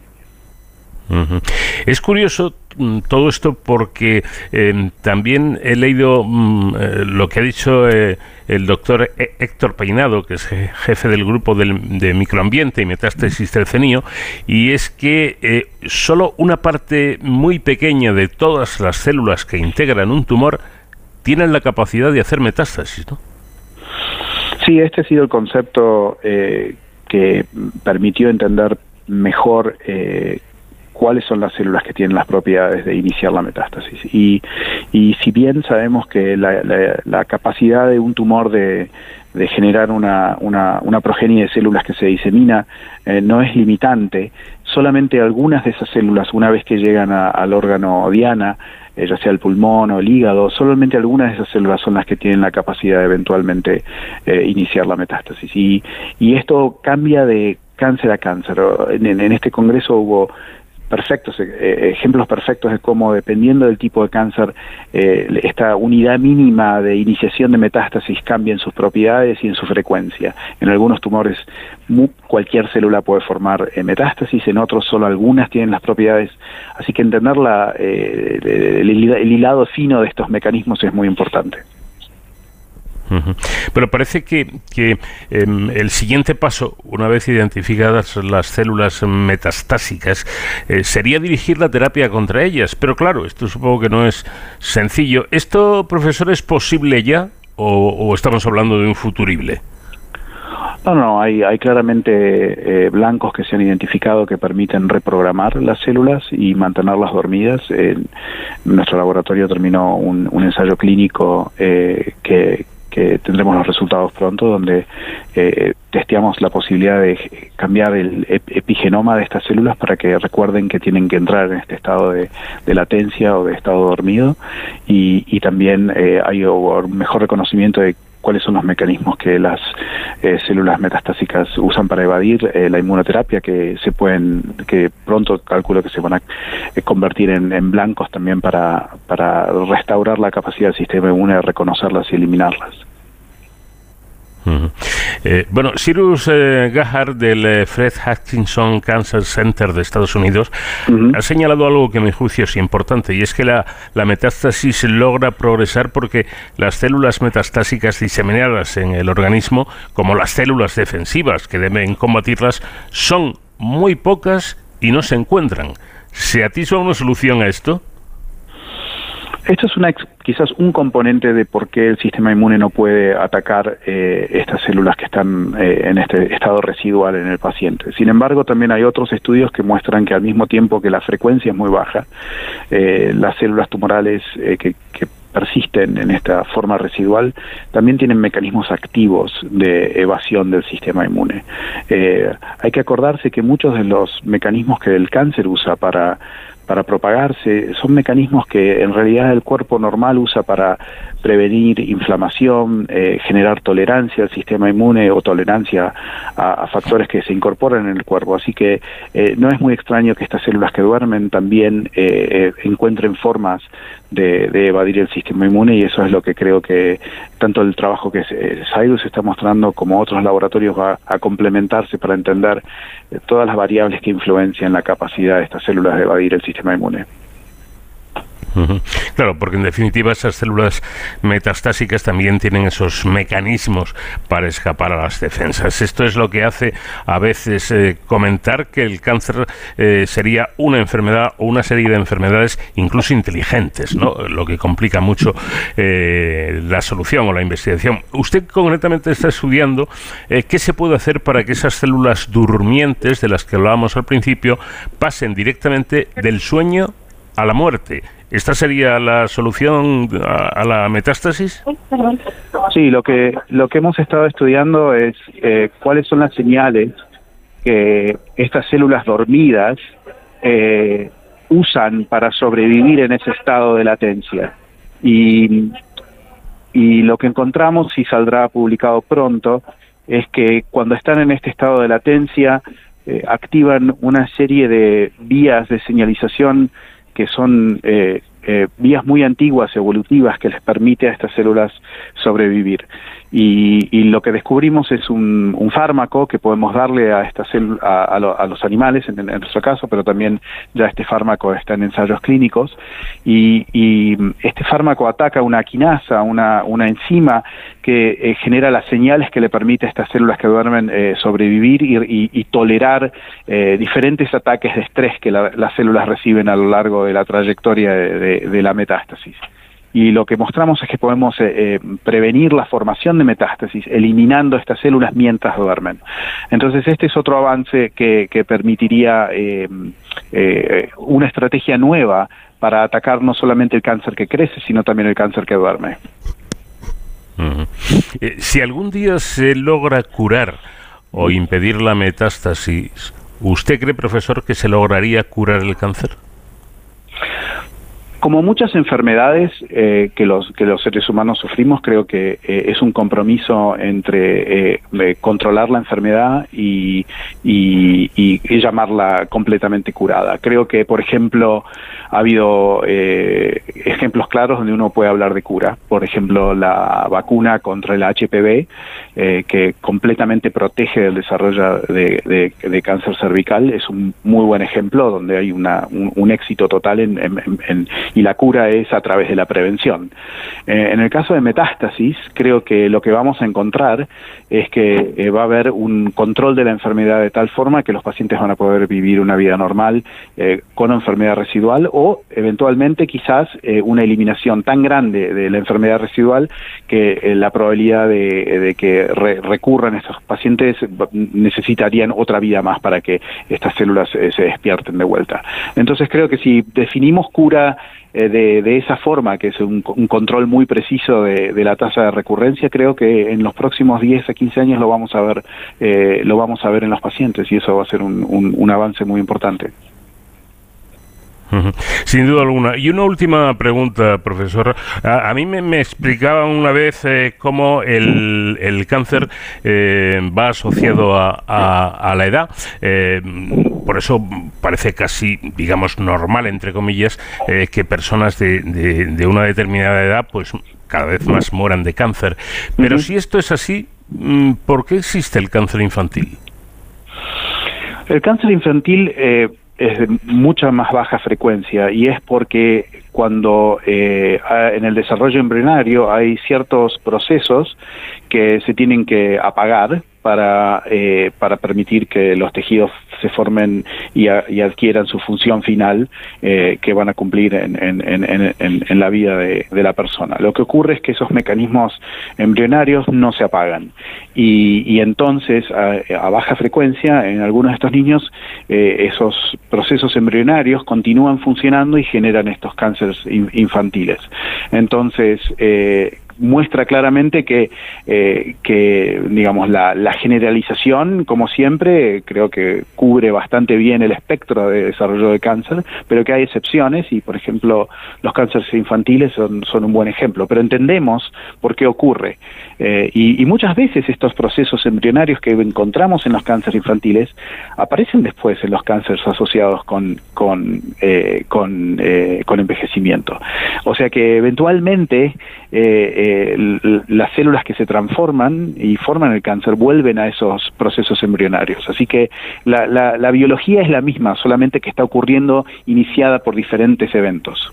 Es curioso todo esto porque también he leído lo que ha dicho el doctor Héctor Peinado, que es jefe del grupo de microambiente y metástasis del CENIO, y es que solo una parte muy pequeña de todas las células que integran un tumor tienen la capacidad de hacer metástasis, ¿no? Sí, este ha sido el concepto que permitió entender mejor cuáles son las células que tienen las propiedades de iniciar la metástasis. Y si bien sabemos que la capacidad de un tumor de generar una progenie de células que se disemina no es limitante, solamente algunas de esas células, una vez que llegan al órgano diana, ya sea el pulmón o el hígado, solamente algunas de esas células son las que tienen la capacidad de eventualmente iniciar la metástasis. Y esto cambia de cáncer a cáncer. En este congreso hubo ejemplos perfectos de cómo, dependiendo del tipo de cáncer, esta unidad mínima de iniciación de metástasis cambia en sus propiedades y en su frecuencia. En algunos tumores cualquier célula puede formar metástasis, en otros solo algunas tienen las propiedades. Así que entender el hilado fino de estos mecanismos es muy importante. Pero parece que el siguiente paso, una vez identificadas las células metastásicas, sería dirigir la terapia contra ellas. Pero claro, esto supongo que no es sencillo. ¿Esto, profesor, es posible ya o estamos hablando de un futurible? No, hay claramente blancos que se han identificado que permiten reprogramar las células y mantenerlas dormidas. Nuestro laboratorio terminó un ensayo clínico que tendremos los resultados pronto, donde testeamos la posibilidad de cambiar el epigenoma de estas células para que recuerden que tienen que entrar en este estado de latencia o de estado dormido, y también hay un mejor reconocimiento de cuáles son los mecanismos que las células metastásicas usan para evadir la inmunoterapia, que pronto calculo que se van a convertir en blancos también para restaurar la capacidad del sistema inmune de reconocerlas y eliminarlas. Bueno, Cyrus Gahar del Fred Hutchinson Cancer Center de Estados Unidos ha señalado algo que a mi juicio es importante, y es que la metástasis logra progresar porque las células metastásicas diseminadas en el organismo, como las células defensivas que deben combatirlas, son muy pocas y no se encuentran. ¿Se atisba una solución a esto? Esto es quizás un componente de por qué el sistema inmune no puede atacar estas células que están en este estado residual en el paciente. Sin embargo, también hay otros estudios que muestran que al mismo tiempo que la frecuencia es muy baja, las células tumorales que persisten en esta forma residual también tienen mecanismos activos de evasión del sistema inmune. Hay que acordarse que muchos de los mecanismos que el cáncer usa para propagarse son mecanismos que en realidad el cuerpo normal usa para prevenir inflamación, generar tolerancia al sistema inmune o tolerancia a factores que se incorporan en el cuerpo. Así que no es muy extraño que estas células que duermen también encuentren formas de evadir el sistema inmune, y eso es lo que creo que tanto el trabajo que Cyrus está mostrando como otros laboratorios va a complementarse para entender todas las variables que influencian la capacidad de estas células de evadir el sistema inmune. Claro, porque en definitiva esas células metastásicas también tienen esos mecanismos para escapar a las defensas. Esto es lo que hace a veces comentar que el cáncer sería una enfermedad o una serie de enfermedades incluso inteligentes, ¿no? Lo que complica mucho la solución o la investigación. Usted concretamente está estudiando qué se puede hacer para que esas células durmientes de las que hablábamos al principio pasen directamente del sueño a la muerte. ¿Esta sería la solución a la metástasis? Sí, lo que hemos estado estudiando es cuáles son las señales que estas células dormidas usan para sobrevivir en ese estado de latencia. Y lo que encontramos, y saldrá publicado pronto, es que cuando están en este estado de latencia activan una serie de vías de señalización que son vías muy antiguas, evolutivas, que les permite a estas células sobrevivir. Y lo que descubrimos es un fármaco que podemos darle a estas a los animales, en nuestro caso, pero también ya este fármaco está en ensayos clínicos, y este fármaco ataca una quinasa, una enzima que genera las señales que le permite a estas células que duermen sobrevivir y tolerar diferentes ataques de estrés que las células reciben a lo largo de la trayectoria de la metástasis. Y lo que mostramos es que podemos prevenir la formación de metástasis eliminando estas células mientras duermen. Entonces este es otro avance que permitiría una estrategia nueva para atacar no solamente el cáncer que crece, sino también el cáncer que duerme. Si algún día se logra curar o impedir la metástasis, ¿usted cree, profesor, que se lograría curar el cáncer? Como muchas enfermedades que los seres humanos sufrimos, creo que es un compromiso entre controlar la enfermedad y llamarla completamente curada. Creo que, por ejemplo, ha habido ejemplos claros donde uno puede hablar de cura. Por ejemplo, la vacuna contra el HPV, que completamente protege del desarrollo de cáncer cervical, es un muy buen ejemplo donde hay un éxito total en y la cura es a través de la prevención. En el caso de metástasis, creo que lo que vamos a encontrar es que va a haber un control de la enfermedad de tal forma que los pacientes van a poder vivir una vida normal con enfermedad residual, o eventualmente quizás una eliminación tan grande de la enfermedad residual que la probabilidad de que recurran estos pacientes necesitarían otra vida más para que estas células se despierten de vuelta. Entonces creo que si definimos cura de esa forma, que es un control muy preciso de la tasa de recurrencia, creo que en los próximos 10 a 15 años lo vamos a ver en los pacientes, y eso va a ser un avance muy importante. Sin duda alguna. Y una última pregunta, profesor. A mí me explicaba una vez cómo el cáncer va asociado a la edad. Por eso parece casi, digamos, normal, entre comillas, que personas de una determinada edad, pues cada vez más mueran de cáncer. Pero si esto es así, ¿por qué existe el cáncer infantil? El cáncer infantil es de mucha más baja frecuencia, y es porque cuando en el desarrollo embrionario hay ciertos procesos que se tienen que apagar para permitir que los tejidos se formen y adquieran su función final que van a cumplir en la vida de la persona. Lo que ocurre es que esos mecanismos embrionarios no se apagan, y entonces a baja frecuencia en algunos de estos niños esos procesos embrionarios continúan funcionando y generan estos cánceres infantiles. Entonces muestra claramente que digamos, la generalización, como siempre, creo que cubre bastante bien el espectro de desarrollo de cáncer, pero que hay excepciones, y por ejemplo los cánceres infantiles son un buen ejemplo. Pero entendemos por qué ocurre, y muchas veces estos procesos embrionarios que encontramos en los cánceres infantiles aparecen después en los cánceres asociados con envejecimiento. O sea que eventualmente las células que se transforman y forman el cáncer vuelven a esos procesos embrionarios. Así que la biología es la misma, solamente que está ocurriendo iniciada por diferentes eventos.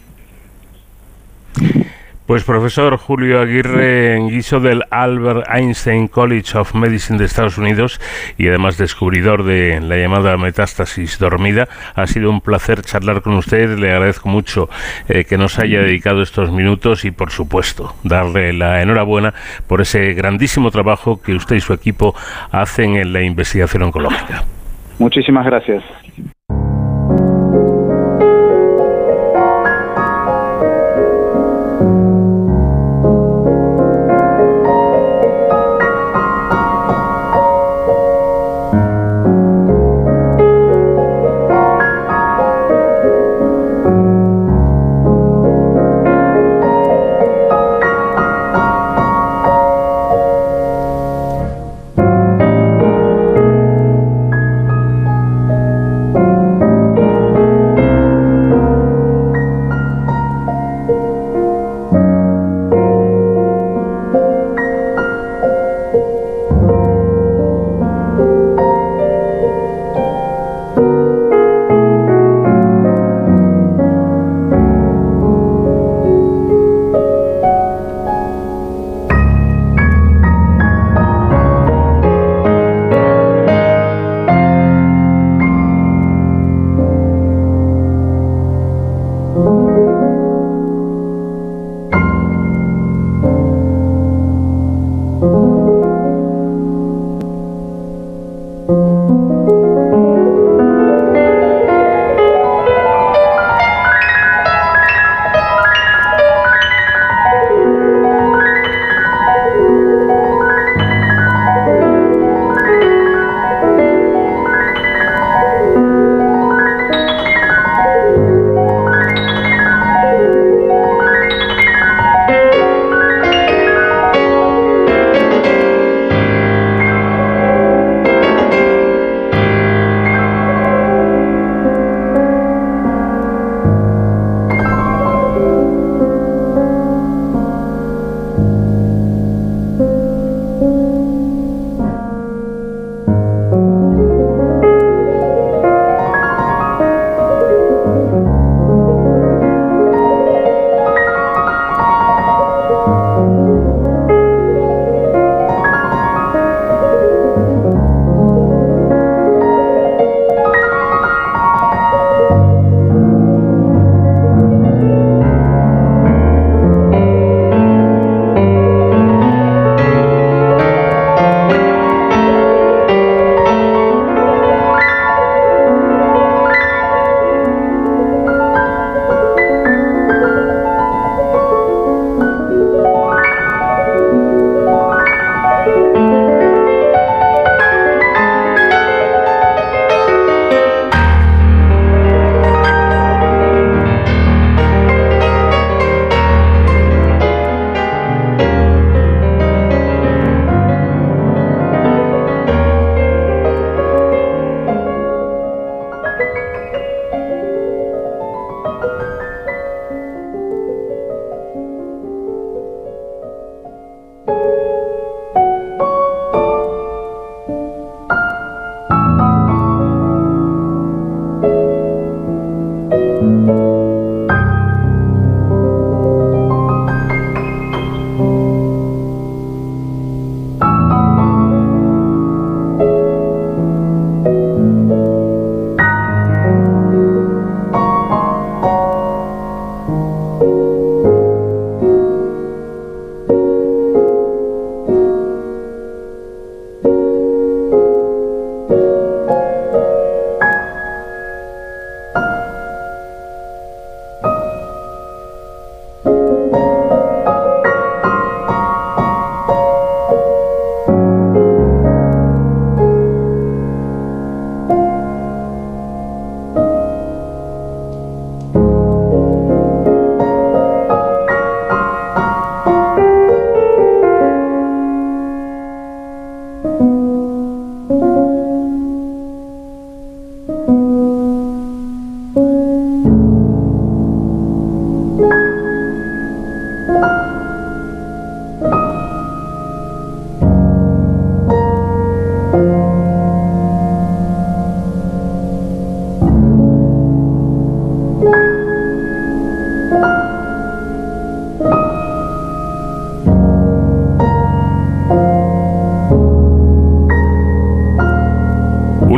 Pues profesor Julio Aguirre Enguiso del Albert Einstein College of Medicine de Estados Unidos, y además descubridor de la llamada metástasis dormida, ha sido un placer charlar con usted. Le agradezco mucho que nos haya dedicado estos minutos, y por supuesto darle la enhorabuena por ese grandísimo trabajo que usted y su equipo hacen en la investigación oncológica. Muchísimas gracias.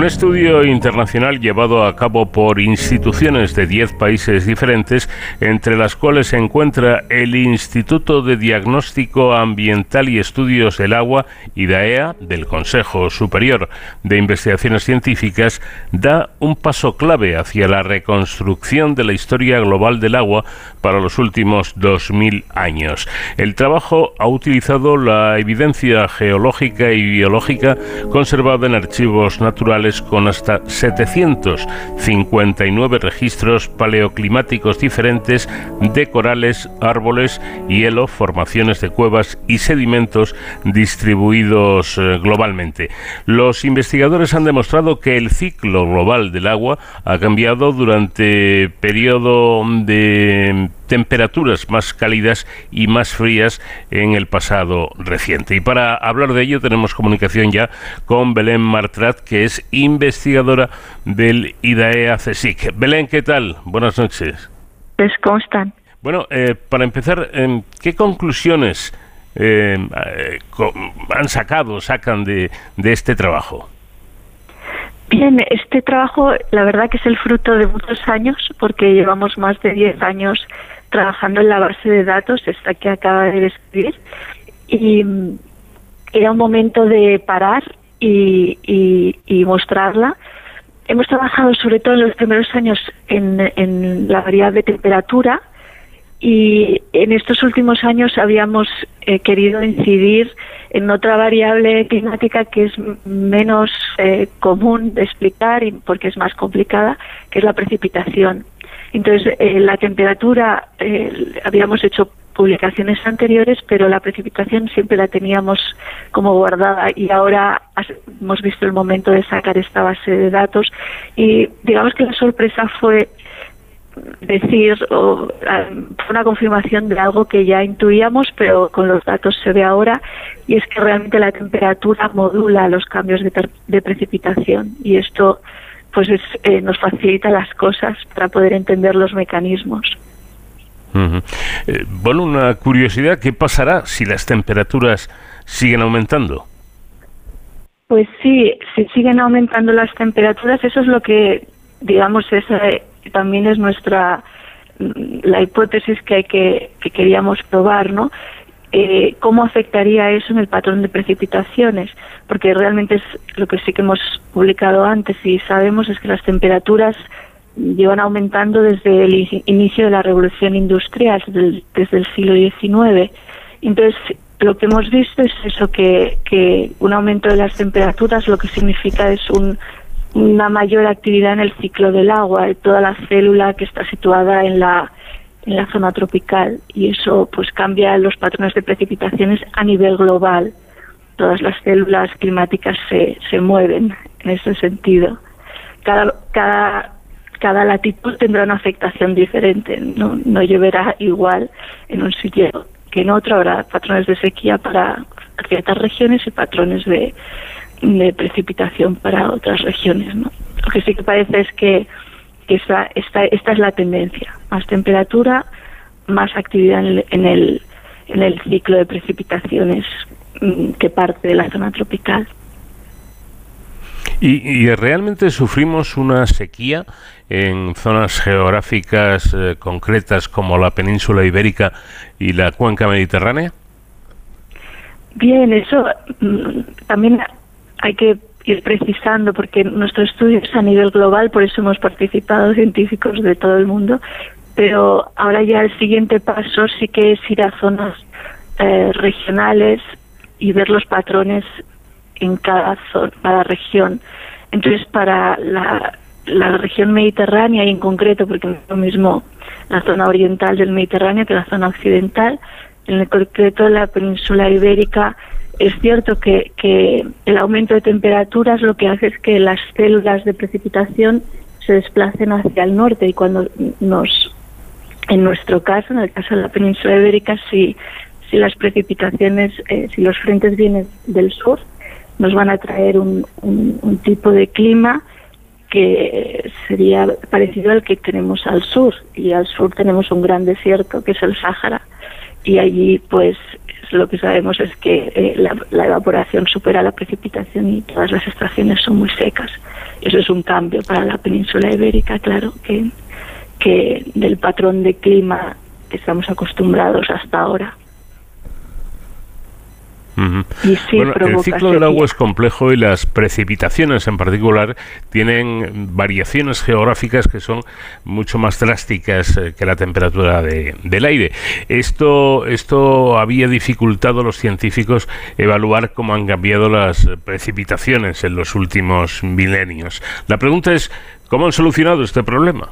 Un estudio internacional llevado a cabo por instituciones de 10 países diferentes, entre las cuales se encuentra el Instituto de Diagnóstico Ambiental y Estudios del Agua, IDAEA, del Consejo Superior de Investigaciones Científicas, da un paso clave hacia la reconstrucción de la historia global del agua para los últimos 2000 años. El trabajo ha utilizado la evidencia geológica y biológica conservada en archivos naturales con hasta 759 registros paleoclimáticos diferentes de corales, árboles, hielo, formaciones de cuevas y sedimentos distribuidos globalmente. Los investigadores han demostrado que el ciclo global del agua ha cambiado durante periodo de temperaturas más cálidas y más frías en el pasado reciente. Y para hablar de ello tenemos comunicación ya con Belén Martrat, que es investigadora del IDAEA CSIC. Belén, ¿qué tal? Buenas noches. Pues, ¿cómo están? Bueno, para empezar, ¿qué conclusiones sacan de este trabajo? Bien, este trabajo la verdad que es el fruto de muchos años, porque llevamos más de 10 años trabajando en la base de datos, esta que acaba de describir, y era un momento de parar y mostrarla. Hemos trabajado sobre todo en los primeros años en la variable temperatura, y en estos últimos años habíamos querido incidir en otra variable climática que es menos común de explicar y porque es más complicada, que es la precipitación. Entonces, la temperatura, habíamos hecho publicaciones anteriores, pero la precipitación siempre la teníamos como guardada, y ahora hemos visto el momento de sacar esta base de datos, y digamos que la sorpresa fue fue una confirmación de algo que ya intuíamos, pero con los datos se ve ahora, y es que realmente la temperatura modula los cambios de precipitación, y esto pues nos facilita las cosas para poder entender los mecanismos. Bueno, una curiosidad, ¿qué pasará si las temperaturas siguen aumentando? Pues sí, si siguen aumentando las temperaturas, eso es lo que, digamos, también es la hipótesis que queríamos probar, ¿no? ¿Cómo afectaría eso en el patrón de precipitaciones? Porque realmente es lo que sí que hemos publicado antes y sabemos es que las temperaturas llevan aumentando desde el inicio de la revolución industrial, desde el siglo XIX. Entonces, lo que hemos visto es eso, que un aumento de las temperaturas lo que significa es una mayor actividad en el ciclo del agua, de toda la célula que está situada en la zona tropical, y eso pues cambia los patrones de precipitaciones a nivel global. Todas las células climáticas se mueven en ese sentido. Cada latitud tendrá una afectación diferente, no lloverá igual en un sitio que en otro. Habrá patrones de sequía para ciertas regiones y patrones de precipitación para otras regiones, ¿no? Lo que sí que parece es que esta es la tendencia: más temperatura, más actividad en el ciclo de precipitaciones que parte de la zona tropical. ¿Y realmente sufrimos una sequía en zonas geográficas concretas como la península ibérica y la cuenca mediterránea? Bien, eso también hay que ir precisando, porque nuestro estudio es a nivel global, por eso hemos participado científicos de todo el mundo, pero ahora ya el siguiente paso sí que es ir a zonas regionales y ver los patrones en cada región. Entonces, para la región mediterránea, y en concreto, porque no es lo mismo la zona oriental del Mediterráneo que la zona occidental, en el concreto de la península ibérica, es cierto que el aumento de temperaturas lo que hace es que las células de precipitación se desplacen hacia el norte, y cuando en nuestro caso, en el caso de la península ibérica, si las precipitaciones, si los frentes vienen del sur, nos van a traer un tipo de clima que sería parecido al que tenemos al sur, y al sur tenemos un gran desierto que es el Sáhara, y allí pues lo que sabemos es que la evaporación supera la precipitación y todas las estaciones son muy secas. Eso es un cambio para la península ibérica, claro, que del patrón de clima que estamos acostumbrados hasta ahora. Y sí, bueno, el ciclo del agua es complejo y las precipitaciones en particular tienen variaciones geográficas que son mucho más drásticas que la temperatura del aire. Esto había dificultado a los científicos evaluar cómo han cambiado las precipitaciones en los últimos milenios. La pregunta es, ¿cómo han solucionado este problema?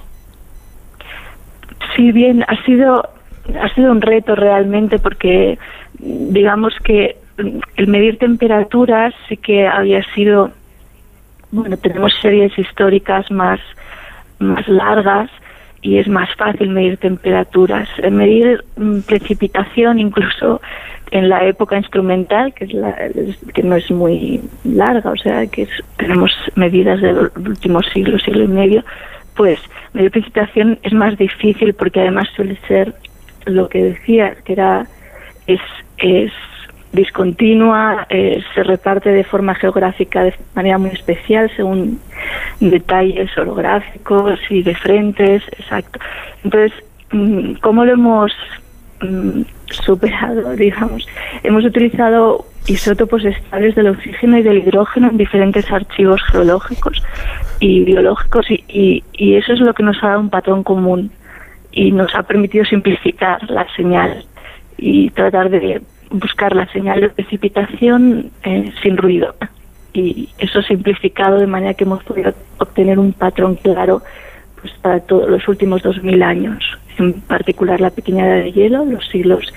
Sí, bien, ha sido un reto realmente, porque digamos que el medir temperaturas sí que había sido, bueno, tenemos series históricas más largas y es más fácil medir temperaturas. Medir precipitación, incluso en la época instrumental, que no es muy larga, o sea, que tenemos medidas de los últimos siglo y medio, pues medir precipitación es más difícil, porque además suele ser lo que decía, que es discontinua, se reparte de forma geográfica de manera muy especial según detalles orográficos y de frentes, exacto. Entonces, ¿cómo lo hemos superado, digamos? Hemos utilizado isótopos estables del oxígeno y del hidrógeno en diferentes archivos geológicos y biológicos, y eso es lo que nos ha dado un patrón común y nos ha permitido simplificar la señal y tratar de buscar la señal de precipitación sin ruido, y eso simplificado de manera que hemos podido obtener un patrón claro, pues para todos los últimos 2000 años, en particular la pequeña edad de hielo, los siglos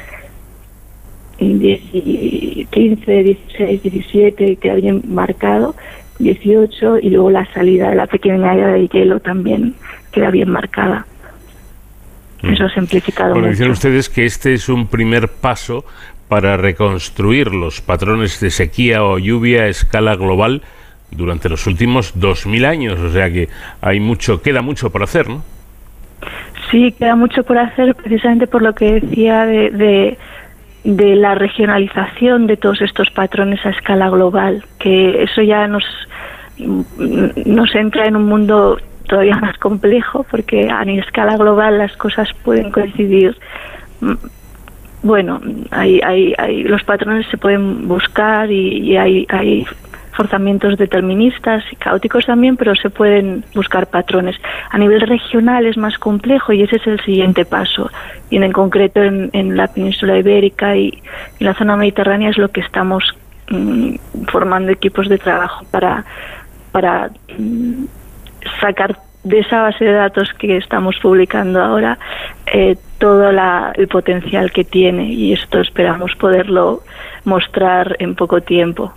XV, XVI, XVII queda bien marcado, XVIII, y luego la salida de la pequeña edad de hielo también queda bien marcada. Eso ha simplificado mucho. Dicen ustedes que este es un primer paso para reconstruir los patrones de sequía o lluvia a escala global durante los últimos 2000 años, o sea que queda mucho por hacer, ¿no? Sí, queda mucho por hacer, precisamente por lo que decía de la regionalización de todos estos patrones a escala global, que eso ya nos entra en un mundo todavía más complejo, porque a escala global las cosas pueden coincidir. Bueno, los patrones se pueden buscar y hay forzamientos deterministas y caóticos también, pero se pueden buscar patrones. A nivel regional es más complejo y ese es el siguiente paso. Y en concreto en la península ibérica y en la zona mediterránea es lo que estamos formando equipos de trabajo para sacar de esa base de datos que estamos publicando ahora todo el potencial que tiene, y esto esperamos poderlo mostrar en poco tiempo.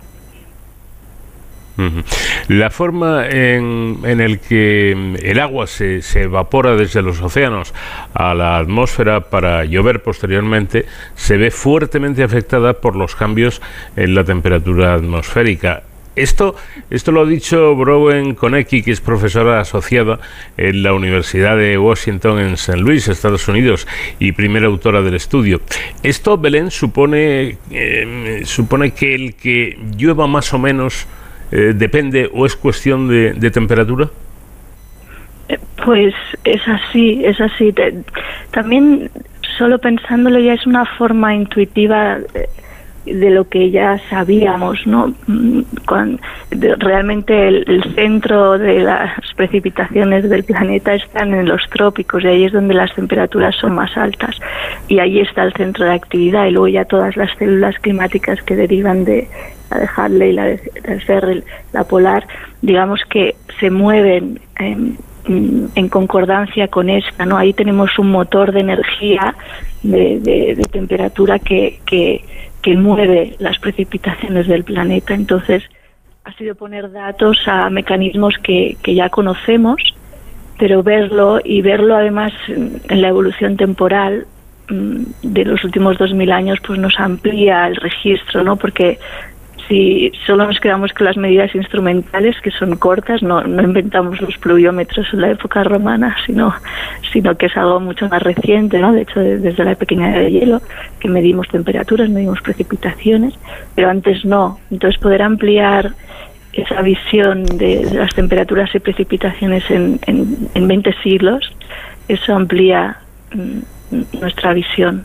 La forma en el que el agua se evapora desde los océanos a la atmósfera para llover posteriormente se ve fuertemente afectada por los cambios en la temperatura atmosférica. Esto lo ha dicho Browen Konecki, que es profesora asociada en la Universidad de Washington en St. Louis, Estados Unidos, y primera autora del estudio. ¿Esto, Belén, supone que el que llueva más o menos depende o es cuestión de temperatura? Pues es así. También, solo pensándolo, ya es una forma intuitiva de lo que ya sabíamos, ¿no? Realmente el centro de las precipitaciones del planeta están en los trópicos, y ahí es donde las temperaturas son más altas, y ahí está el centro de actividad, y luego ya todas las células climáticas que derivan de la de Hadley, la de Ferrel, la polar, digamos que se mueven en concordancia con esta, ¿no? Ahí tenemos un motor de energía de temperatura que mueve las precipitaciones del planeta. Entonces ha sido poner datos a mecanismos que ya conocemos, pero verlo además en la evolución temporal de los últimos 2000 años, pues nos amplía el registro, ¿no? Porque si solo nos quedamos con las medidas instrumentales, que son cortas, no inventamos los pluviómetros en la época romana, sino que es algo mucho más reciente, ¿no? De hecho, desde la pequeña edad de hielo, que medimos temperaturas, medimos precipitaciones, pero antes no. Entonces, poder ampliar esa visión de las temperaturas y precipitaciones en 20 siglos, eso amplía nuestra visión.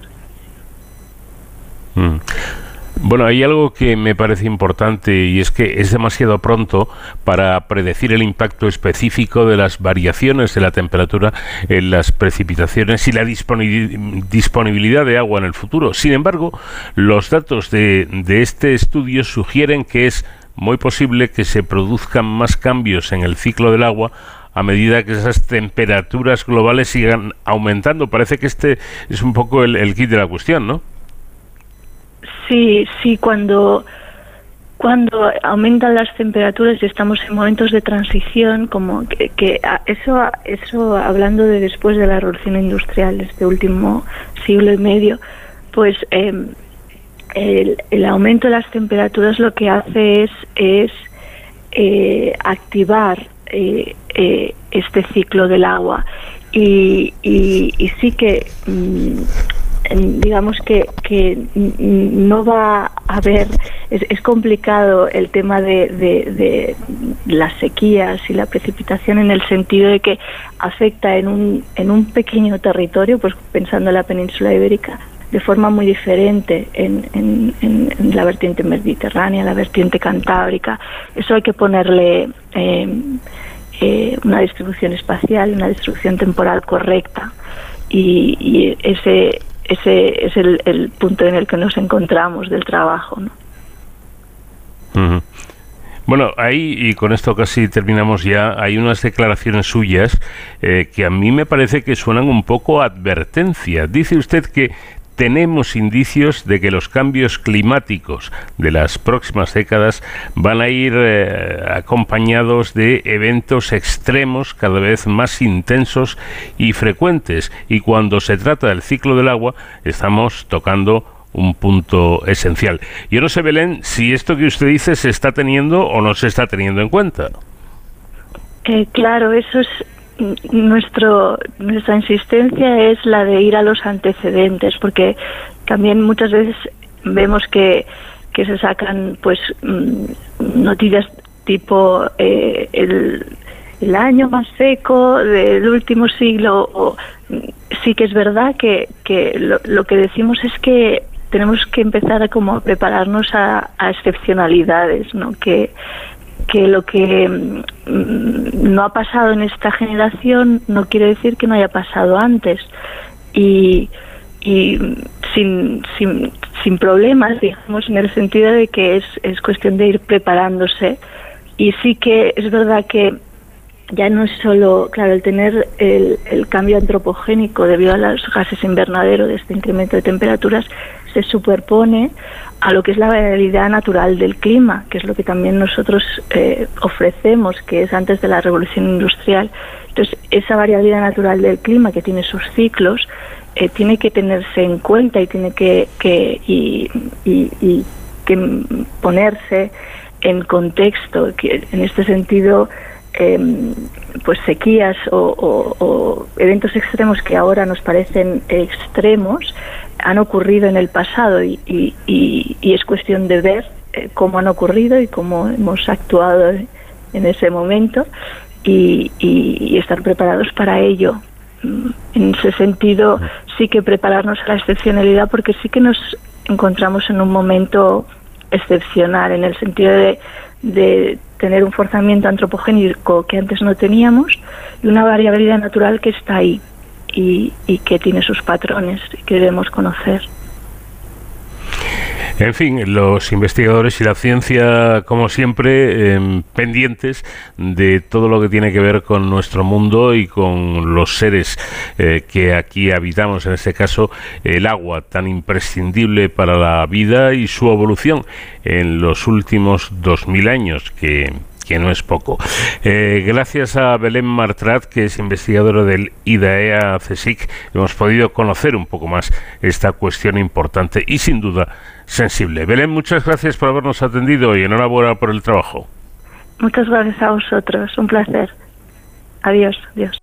Bueno, hay algo que me parece importante y es que es demasiado pronto para predecir el impacto específico de las variaciones de la temperatura en las precipitaciones y la disponibilidad de agua en el futuro. Sin embargo, los datos de este estudio sugieren que es muy posible que se produzcan más cambios en el ciclo del agua a medida que esas temperaturas globales sigan aumentando. Parece que este es un poco el kit de la cuestión, ¿no? Sí, cuando aumentan las temperaturas y estamos en momentos de transición, como que eso hablando de después de la revolución industrial, este último siglo y medio, pues el aumento de las temperaturas lo que hace es activar este ciclo del agua y sí que digamos que no va a haber, es complicado el tema de las sequías y la precipitación, en el sentido de que afecta en un pequeño territorio, pues pensando en la península ibérica, de forma muy diferente en la vertiente mediterránea, la vertiente cantábrica. Eso hay que ponerle una distribución espacial, una distribución temporal correcta, y ese es el punto en el que nos encontramos del trabajo, ¿no? Uh-huh. Bueno, ahí, y con esto casi terminamos ya, hay unas declaraciones suyas que a mí me parece que suenan un poco a advertencia. Dice usted que tenemos indicios de que los cambios climáticos de las próximas décadas van a ir acompañados de eventos extremos cada vez más intensos y frecuentes, y cuando se trata del ciclo del agua estamos tocando un punto esencial. Yo no sé, Belén, si esto que usted dice se está teniendo o no se está teniendo en cuenta. Claro, eso es nuestra insistencia, es la de ir a los antecedentes, porque también muchas veces vemos que se sacan pues noticias tipo el año más seco del último siglo, o sí que es verdad que lo que decimos es que tenemos que empezar a como prepararnos a excepcionalidades, ¿no? Que lo que no ha pasado en esta generación no quiere decir que no haya pasado antes, y sin problemas, digamos, en el sentido de que es cuestión de ir preparándose. Y sí que es verdad que ya no es solo, claro, el tener el cambio antropogénico debido a los gases invernadero de este incremento de temperaturas se superpone a lo que es la variabilidad natural del clima, que es lo que también nosotros ofrecemos, que es antes de la revolución industrial. Entonces, esa variabilidad natural del clima, que tiene sus ciclos, tiene que tenerse en cuenta y tiene que ponerse en contexto, que en este sentido pues sequías o eventos extremos que ahora nos parecen extremos han ocurrido en el pasado, y es cuestión de ver cómo han ocurrido y cómo hemos actuado en ese momento y estar preparados para ello. En ese sentido sí que prepararnos a la excepcionalidad, porque sí que nos encontramos en un momento excepcional, en el sentido de tener un forzamiento antropogénico que antes no teníamos y una variabilidad natural que está ahí y que tiene sus patrones y que debemos conocer. En fin, los investigadores y la ciencia, como siempre, pendientes de todo lo que tiene que ver con nuestro mundo y con los seres que aquí habitamos, en este caso el agua, tan imprescindible para la vida y su evolución en los últimos 2000 años, que que no es poco. Gracias a Belén Martrat, que es investigadora del IDAEA CSIC, hemos podido conocer un poco más esta cuestión importante y sin duda sensible. Belén, muchas gracias por habernos atendido y enhorabuena por el trabajo. Muchas gracias a vosotros, un placer. Adiós, adiós.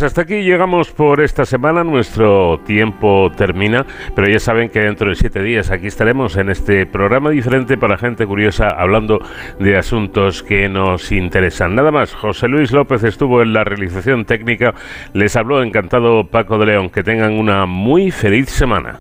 Pues hasta aquí llegamos por esta semana, nuestro tiempo termina, pero ya saben que dentro de 7 días aquí estaremos en este programa diferente para gente curiosa, hablando de asuntos que nos interesan. Nada más, José Luis López estuvo en la realización técnica, les habló encantado Paco de León. Que tengan una muy feliz semana.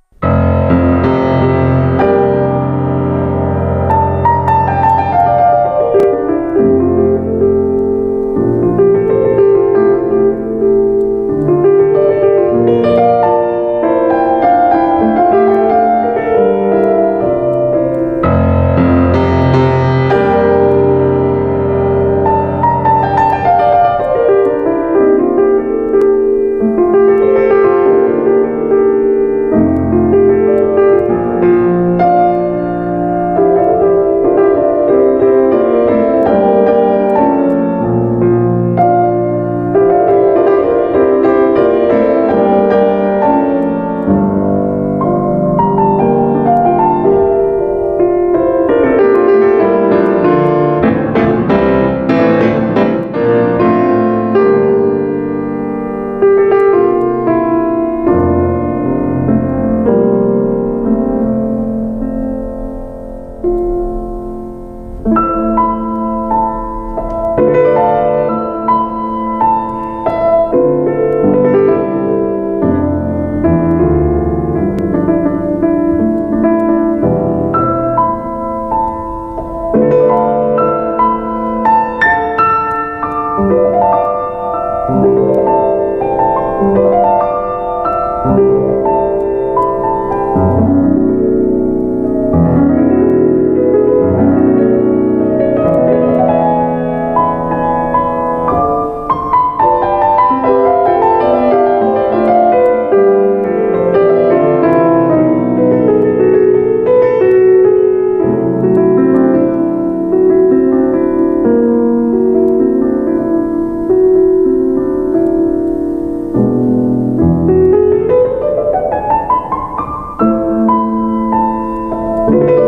Thank you.